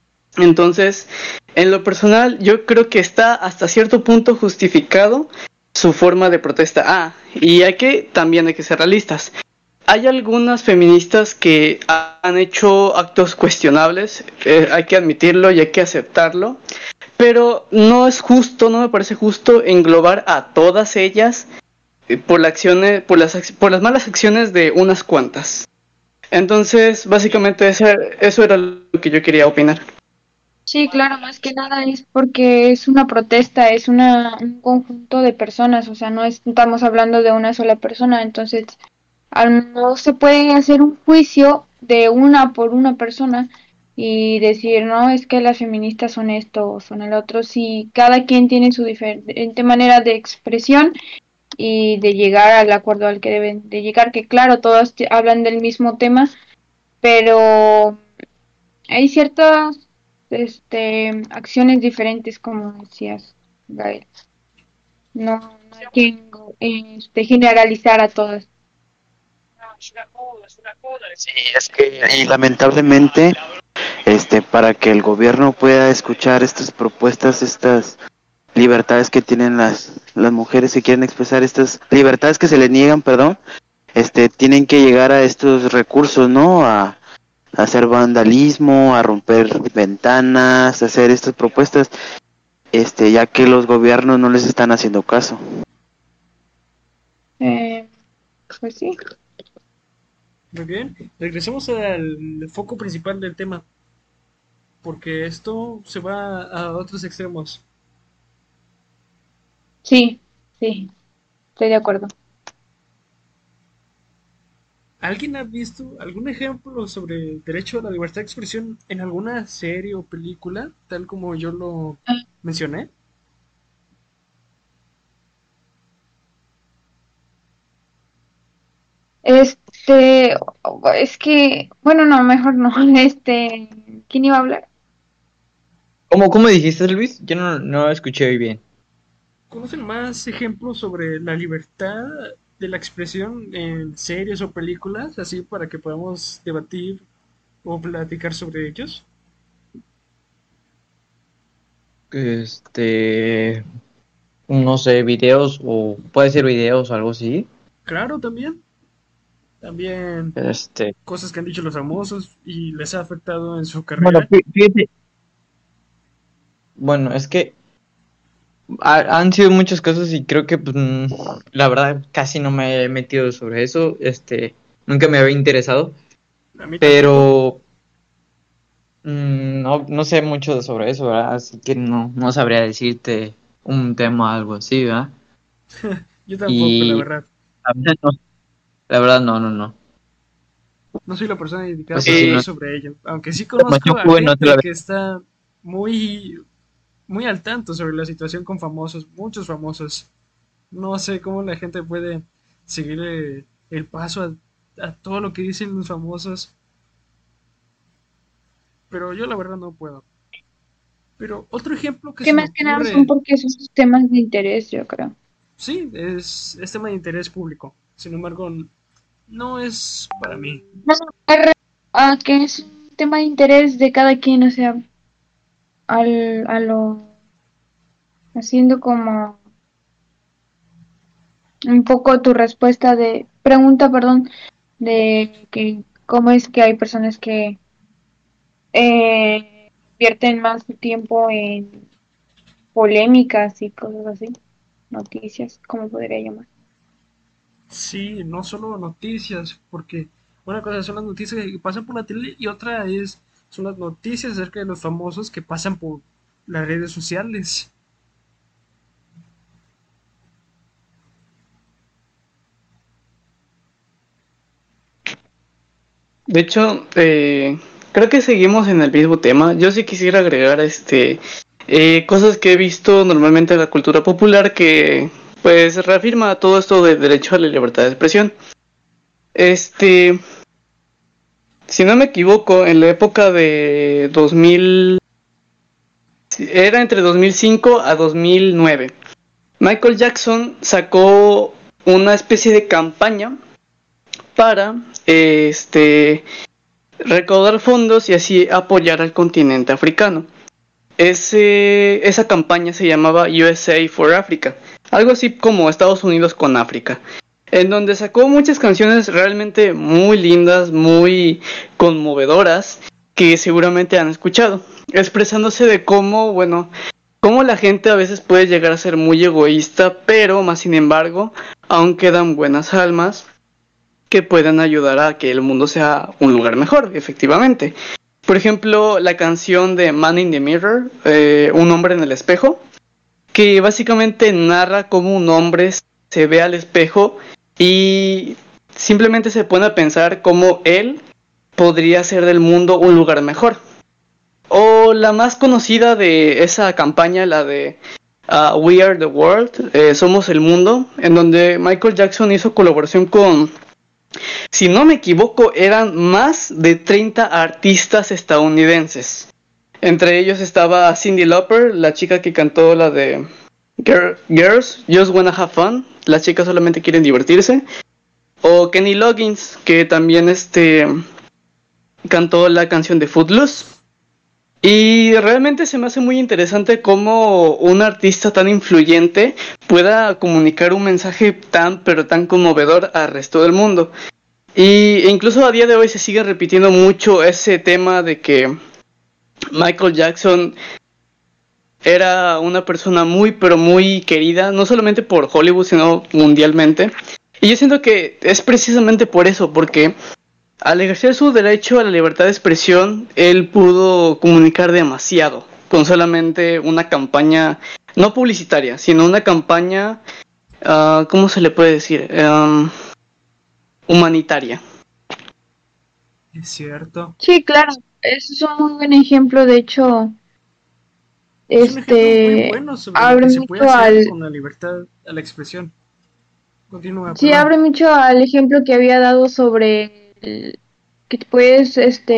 Entonces, en lo personal, yo creo que está hasta cierto punto justificado su forma de protesta. Y también hay que ser realistas. Hay algunas feministas que han hecho actos cuestionables, hay que admitirlo y hay que aceptarlo, pero no es justo, no me parece justo englobar a todas ellas por las malas acciones de unas cuantas. Entonces, básicamente eso era lo que yo quería opinar. Sí, claro, más que nada es porque es una protesta, es un conjunto de personas, o sea, no estamos hablando de una sola persona, entonces no se puede hacer un juicio de una por una persona y decir, no, es que las feministas son esto o son el otro, si cada quien tiene su diferente manera de expresión y de llegar al acuerdo al que deben de llegar, que claro, todos hablan del mismo tema, pero hay ciertas acciones diferentes, como decías, Gael. No hay que generalizar a todas. Sí, es que y lamentablemente, para que el gobierno pueda escuchar estas propuestas, estas libertades que tienen las mujeres que quieren expresar, estas libertades que se les niegan, perdón, tienen que llegar a estos recursos, ¿no? A hacer vandalismo, a romper ventanas, a hacer estas propuestas, ya que los gobiernos no les están haciendo caso. Pues sí. Muy bien, regresemos al foco principal del tema, porque esto se va a otros extremos. Sí, estoy de acuerdo. ¿Alguien ha visto algún ejemplo sobre el derecho a la libertad de expresión en alguna serie o película, tal como yo lo mencioné? Es que, bueno, no, mejor no. ¿Quién iba a hablar? ¿Cómo dijiste, Luis? Yo no escuché bien. ¿Conocen más ejemplos sobre la libertad de la expresión en series o películas, así para que podamos debatir o platicar sobre ellos? No sé, videos o puede ser videos o algo así. Claro, también cosas que han dicho los famosos y les ha afectado en su Bueno, carrera. fíjate. Bueno, es que han sido muchas cosas y creo que pues, la verdad casi no me he metido sobre eso. Nunca me había interesado, A mí tampoco. pero no sé mucho sobre eso, ¿verdad? Así que no sabría decirte un tema o algo así, ¿verdad? Yo tampoco, la Y verdad. la verdad no, la verdad no. No soy la persona indicada Pues sí, para sí, hablar no. sobre ello. Aunque sí Información conozco a joven no te la gente que está muy, muy al tanto sobre la situación con famosos, muchos famosos. No sé cómo la gente puede seguir el paso a todo lo que dicen los famosos, pero yo la verdad no puedo. Pero otro ejemplo que Que se me más que nada son ocurre, porque son sus temas de interés, yo creo. sí, es tema de interés público. Sin embargo, no es para mí. No, que es un tema de interés de cada quien, o sea, a lo haciendo como un poco tu respuesta de pregunta, perdón, de que cómo es que hay personas que invierten más su tiempo en polémicas y cosas así, noticias, como podría llamar. Sí, no solo noticias, porque una cosa son las noticias que pasan por la tele y otra son las noticias acerca de los famosos que pasan por las redes sociales. De hecho, creo que seguimos en el mismo tema. Yo sí quisiera agregar cosas que he visto normalmente en la cultura popular que pues reafirma todo esto de derecho a la libertad de expresión. Si no me equivoco, en la época de 2000, era entre 2005 a 2009, Michael Jackson sacó una especie de campaña para recaudar fondos y así apoyar al continente africano. Esa campaña se llamaba USA for Africa, algo así como Estados Unidos con África, en donde sacó muchas canciones realmente muy lindas, muy conmovedoras, que seguramente han escuchado, expresándose de cómo, bueno, cómo la gente a veces puede llegar a ser muy egoísta, pero más sin embargo, aún quedan buenas almas que puedan ayudar a que el mundo sea un lugar mejor, efectivamente. Por ejemplo, la canción de Man in the Mirror, Un hombre en el espejo, que básicamente narra cómo un hombre se ve al espejo y simplemente se pone a pensar cómo él podría hacer del mundo un lugar mejor. O la más conocida de esa campaña, la de We Are the World, Somos el Mundo, en donde Michael Jackson hizo colaboración con, si no me equivoco, eran más de 30 artistas estadounidenses. Entre ellos estaba Cyndi Lauper, la chica que cantó la de Girls Just Wanna Have Fun, las chicas solamente quieren divertirse. O Kenny Loggins, que también cantó la canción de Footloose. Y realmente se me hace muy interesante cómo un artista tan influyente pueda comunicar un mensaje tan pero tan conmovedor al resto del mundo. E incluso a día de hoy se sigue repitiendo mucho ese tema de que Michael Jackson era una persona muy pero muy querida, no solamente por Hollywood sino mundialmente. Y yo siento que es precisamente por eso, porque al ejercer su derecho a la libertad de expresión, él pudo comunicar demasiado con solamente una campaña, no publicitaria, sino una campaña, ¿cómo se le puede decir? Humanitaria. Es cierto. Sí, claro, eso es un muy buen ejemplo. De hecho, Es un ejemplo muy bueno sobre lo abre que se puede mucho hacer con la libertad a la expresión. Continúa, sí, perdón. abre mucho al ejemplo que había dado sobre que te puedes,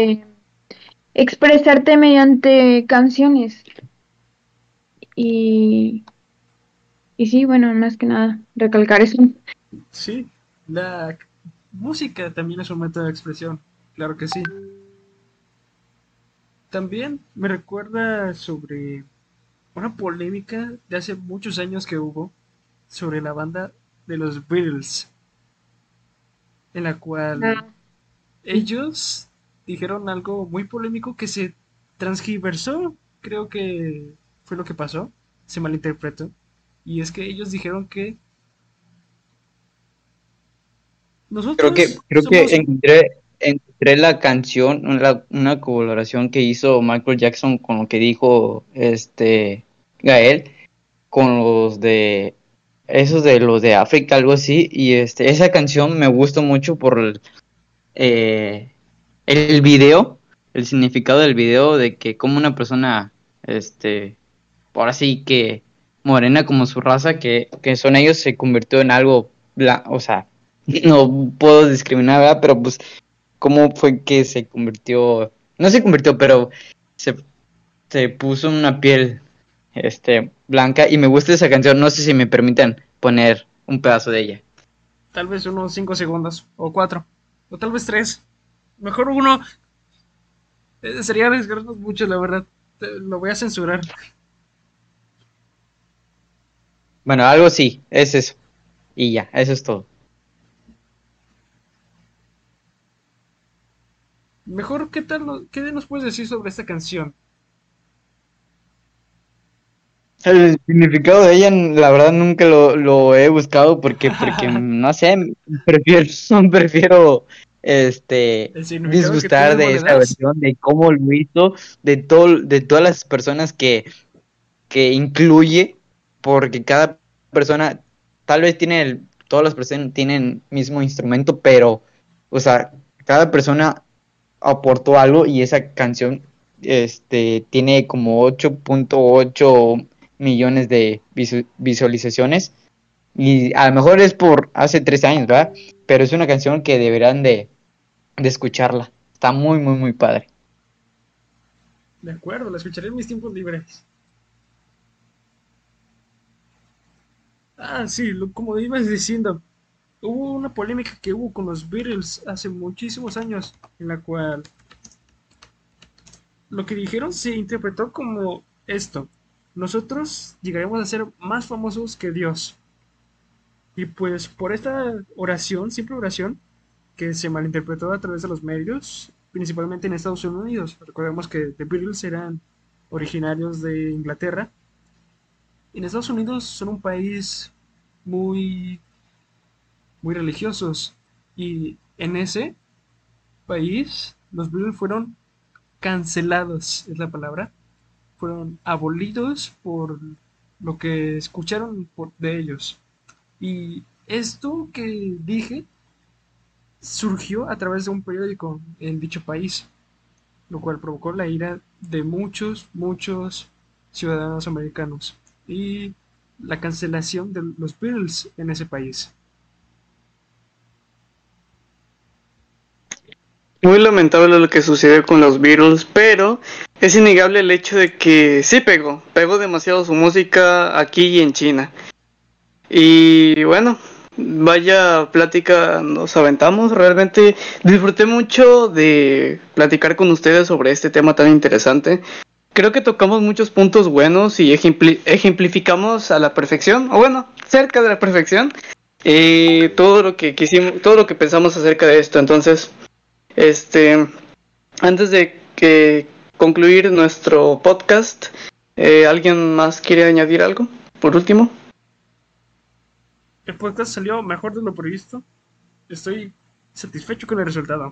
expresarte mediante canciones. Y, y sí, bueno, más que nada, recalcar eso. Sí, la música también es un método de expresión, claro que sí. También me recuerda sobre una polémica de hace muchos años que hubo sobre la banda de los Beatles, en la cual Ah, ellos dijeron algo muy polémico que se transgiversó, creo que fue lo que pasó, se malinterpretó, y es que ellos dijeron que nosotros Creo que somos... encontré la canción, una colaboración que hizo Michael Jackson con lo que dijo Gael, con los de esos de los de África, algo así, y esa canción me gustó mucho por eh, el video, el significado del video de que como una persona, ahora sí que morena como su raza, que son ellos, se convirtió en algo, o sea, no puedo discriminar, ¿verdad? Pero pues, ¿cómo fue que se convirtió? No se convirtió, pero se, se puso una piel, blanca, y me gusta esa canción, no sé si me permiten poner un pedazo de ella. Tal vez unos 5 segundos, o 4, o tal vez 3. Mejor uno. Sería arriesgarnos mucho, la verdad. Lo voy a censurar. Bueno, algo sí, es eso, y ya, eso es todo. Mejor, ¿qué tal? ¿Qué nos puedes decir sobre esta canción? El significado de ella, la verdad, nunca lo he buscado porque no sé, prefiero, prefiero, El significado que tú disgustar mismo de le esa das. versión, de cómo lo hizo, de todas las personas que incluye, porque cada persona, tal vez todas las personas tienen mismo instrumento, pero, o sea, cada persona aportó algo y esa canción tiene como 8.8 millones de visualizaciones y a lo mejor es por hace 3 años, ¿verdad? Pero es una canción que deberán de escucharla. Está muy, muy, muy padre. De acuerdo, la escucharé en mis tiempos libres. Ah, sí, como ibas diciendo, hubo una polémica que hubo con los Beatles hace muchísimos años, en la cual lo que dijeron se interpretó como esto: nosotros llegaremos a ser más famosos que Dios. Y pues por esta oración, simple oración, que se malinterpretó a través de los medios, principalmente en Estados Unidos. Recordemos que The Beatles eran originarios de Inglaterra. En Estados Unidos son un país muy, muy religiosos. Y en ese país los Beatles fueron cancelados, es la palabra. Fueron abolidos por lo que escucharon de ellos. Y esto que dije surgió a través de un periódico en dicho país, lo cual provocó la ira de muchos ciudadanos americanos y la cancelación de los Beatles en ese país. Muy lamentable lo que sucedió con los Beatles, pero es innegable el hecho de que sí pegó demasiado su música aquí y en China. Y bueno, vaya plática nos aventamos, realmente disfruté mucho de platicar con ustedes sobre este tema tan interesante. Creo que tocamos muchos puntos buenos y ejemplificamos a la perfección, o bueno, cerca de la perfección, todo lo que quisimos, todo lo que pensamos acerca de esto. Entonces, antes de que concluir nuestro podcast, ¿alguien más quiere añadir algo? Por último. El podcast salió mejor de lo previsto. Estoy satisfecho con el resultado.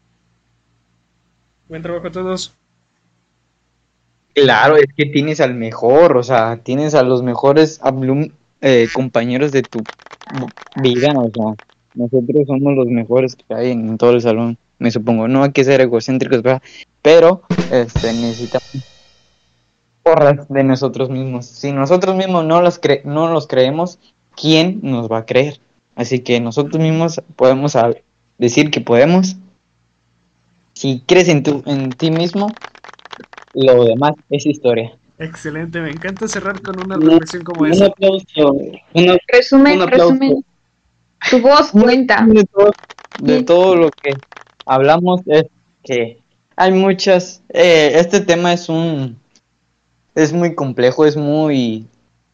Buen trabajo a todos. Claro, es que tienes al mejor, o sea, tienes a los mejores compañeros de tu vida, o sea, nosotros somos los mejores que hay en todo el salón, me supongo. No hay que ser egocéntricos, ¿verdad? Pero necesitamos porras de nosotros mismos. Si nosotros mismos no los creemos, ¿quién nos va a creer? Así que nosotros mismos podemos decir que podemos. Si crees en ti mismo, lo demás es historia. Excelente, me encanta cerrar con una reflexión como esa. Un aplauso. Resumen, tu voz cuenta. De todo lo que hablamos es que hay muchas. Este tema es muy complejo, es muy,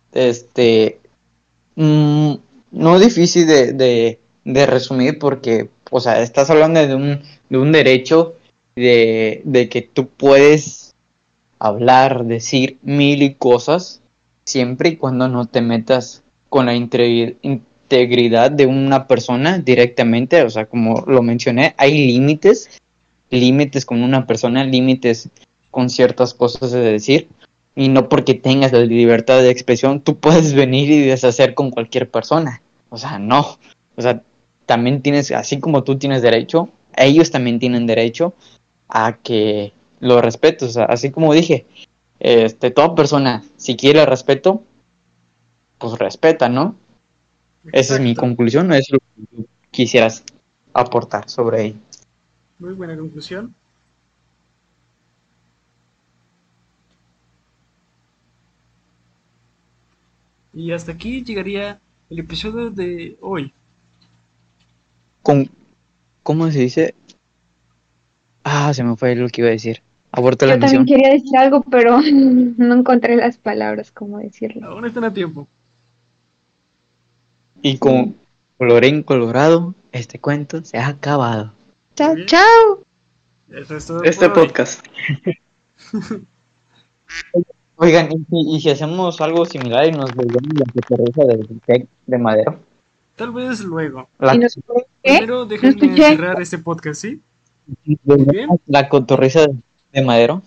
no difícil de resumir porque, o sea, estás hablando de un derecho de que tú puedes hablar, decir mil y cosas, siempre y cuando no te metas con la integridad de una persona directamente. O sea, como lo mencioné, hay límites con una persona, límites con ciertas cosas de decir, y no porque tengas la libertad de expresión, tú puedes venir y deshacer con cualquier persona. O sea, no. O sea, también tienes, así como tú tienes derecho, ellos también tienen derecho a que lo respetes. O sea, así como dije, toda persona, si quiere respeto, pues respeta, ¿no? Esa es mi Exacto. conclusión, es lo que quisieras aportar sobre ello. Muy buena conclusión. Y hasta aquí llegaría el episodio de hoy. ¿Cómo se dice? Se me fue lo que iba a decir. Aborta la Yo también misión. quería decir algo, pero no encontré las palabras como decirlo. Aún están a tiempo. Y con colorín colorado, este cuento se ha acabado. Chao, bien. chao. Eso es todo Este por hoy. podcast. Oigan, ¿y si hacemos algo similar y nos volvemos la cotorriza del TEC de Madero? Tal vez luego. ¿Y nos ¿qué? Primero No déjenme escuché. cerrar este podcast, ¿sí? Muy bien. La cotorriza de Madero.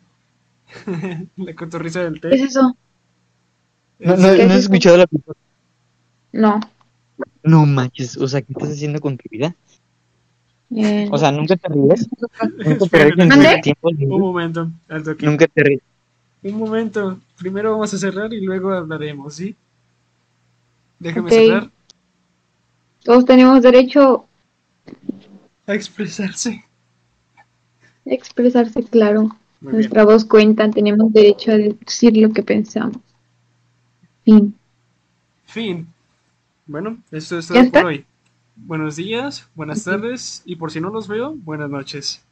La cotorriza del ¿Qué es té. eso? ¿No ¿Qué es has eso? escuchado la cotorriza? No. No manches, o sea, ¿qué estás haciendo con tu vida? O sea, ¿nunca te ríes? ¿Nunca te ríes en ¿Mande? tus tiempos Un libres? momento, alto aquí. ¿Nunca te ríes? Un momento. Primero vamos a cerrar y luego hablaremos, ¿sí? Déjame Ok. cerrar. Todos tenemos derecho A expresarse. a expresarse, claro. Muy bien. Nuestra voz cuenta, tenemos derecho a decir lo que pensamos. Fin. Fin. Bueno, esto es ¿Ya todo está? por hoy. Buenos días, buenas Ok. tardes y por si no los veo, buenas noches.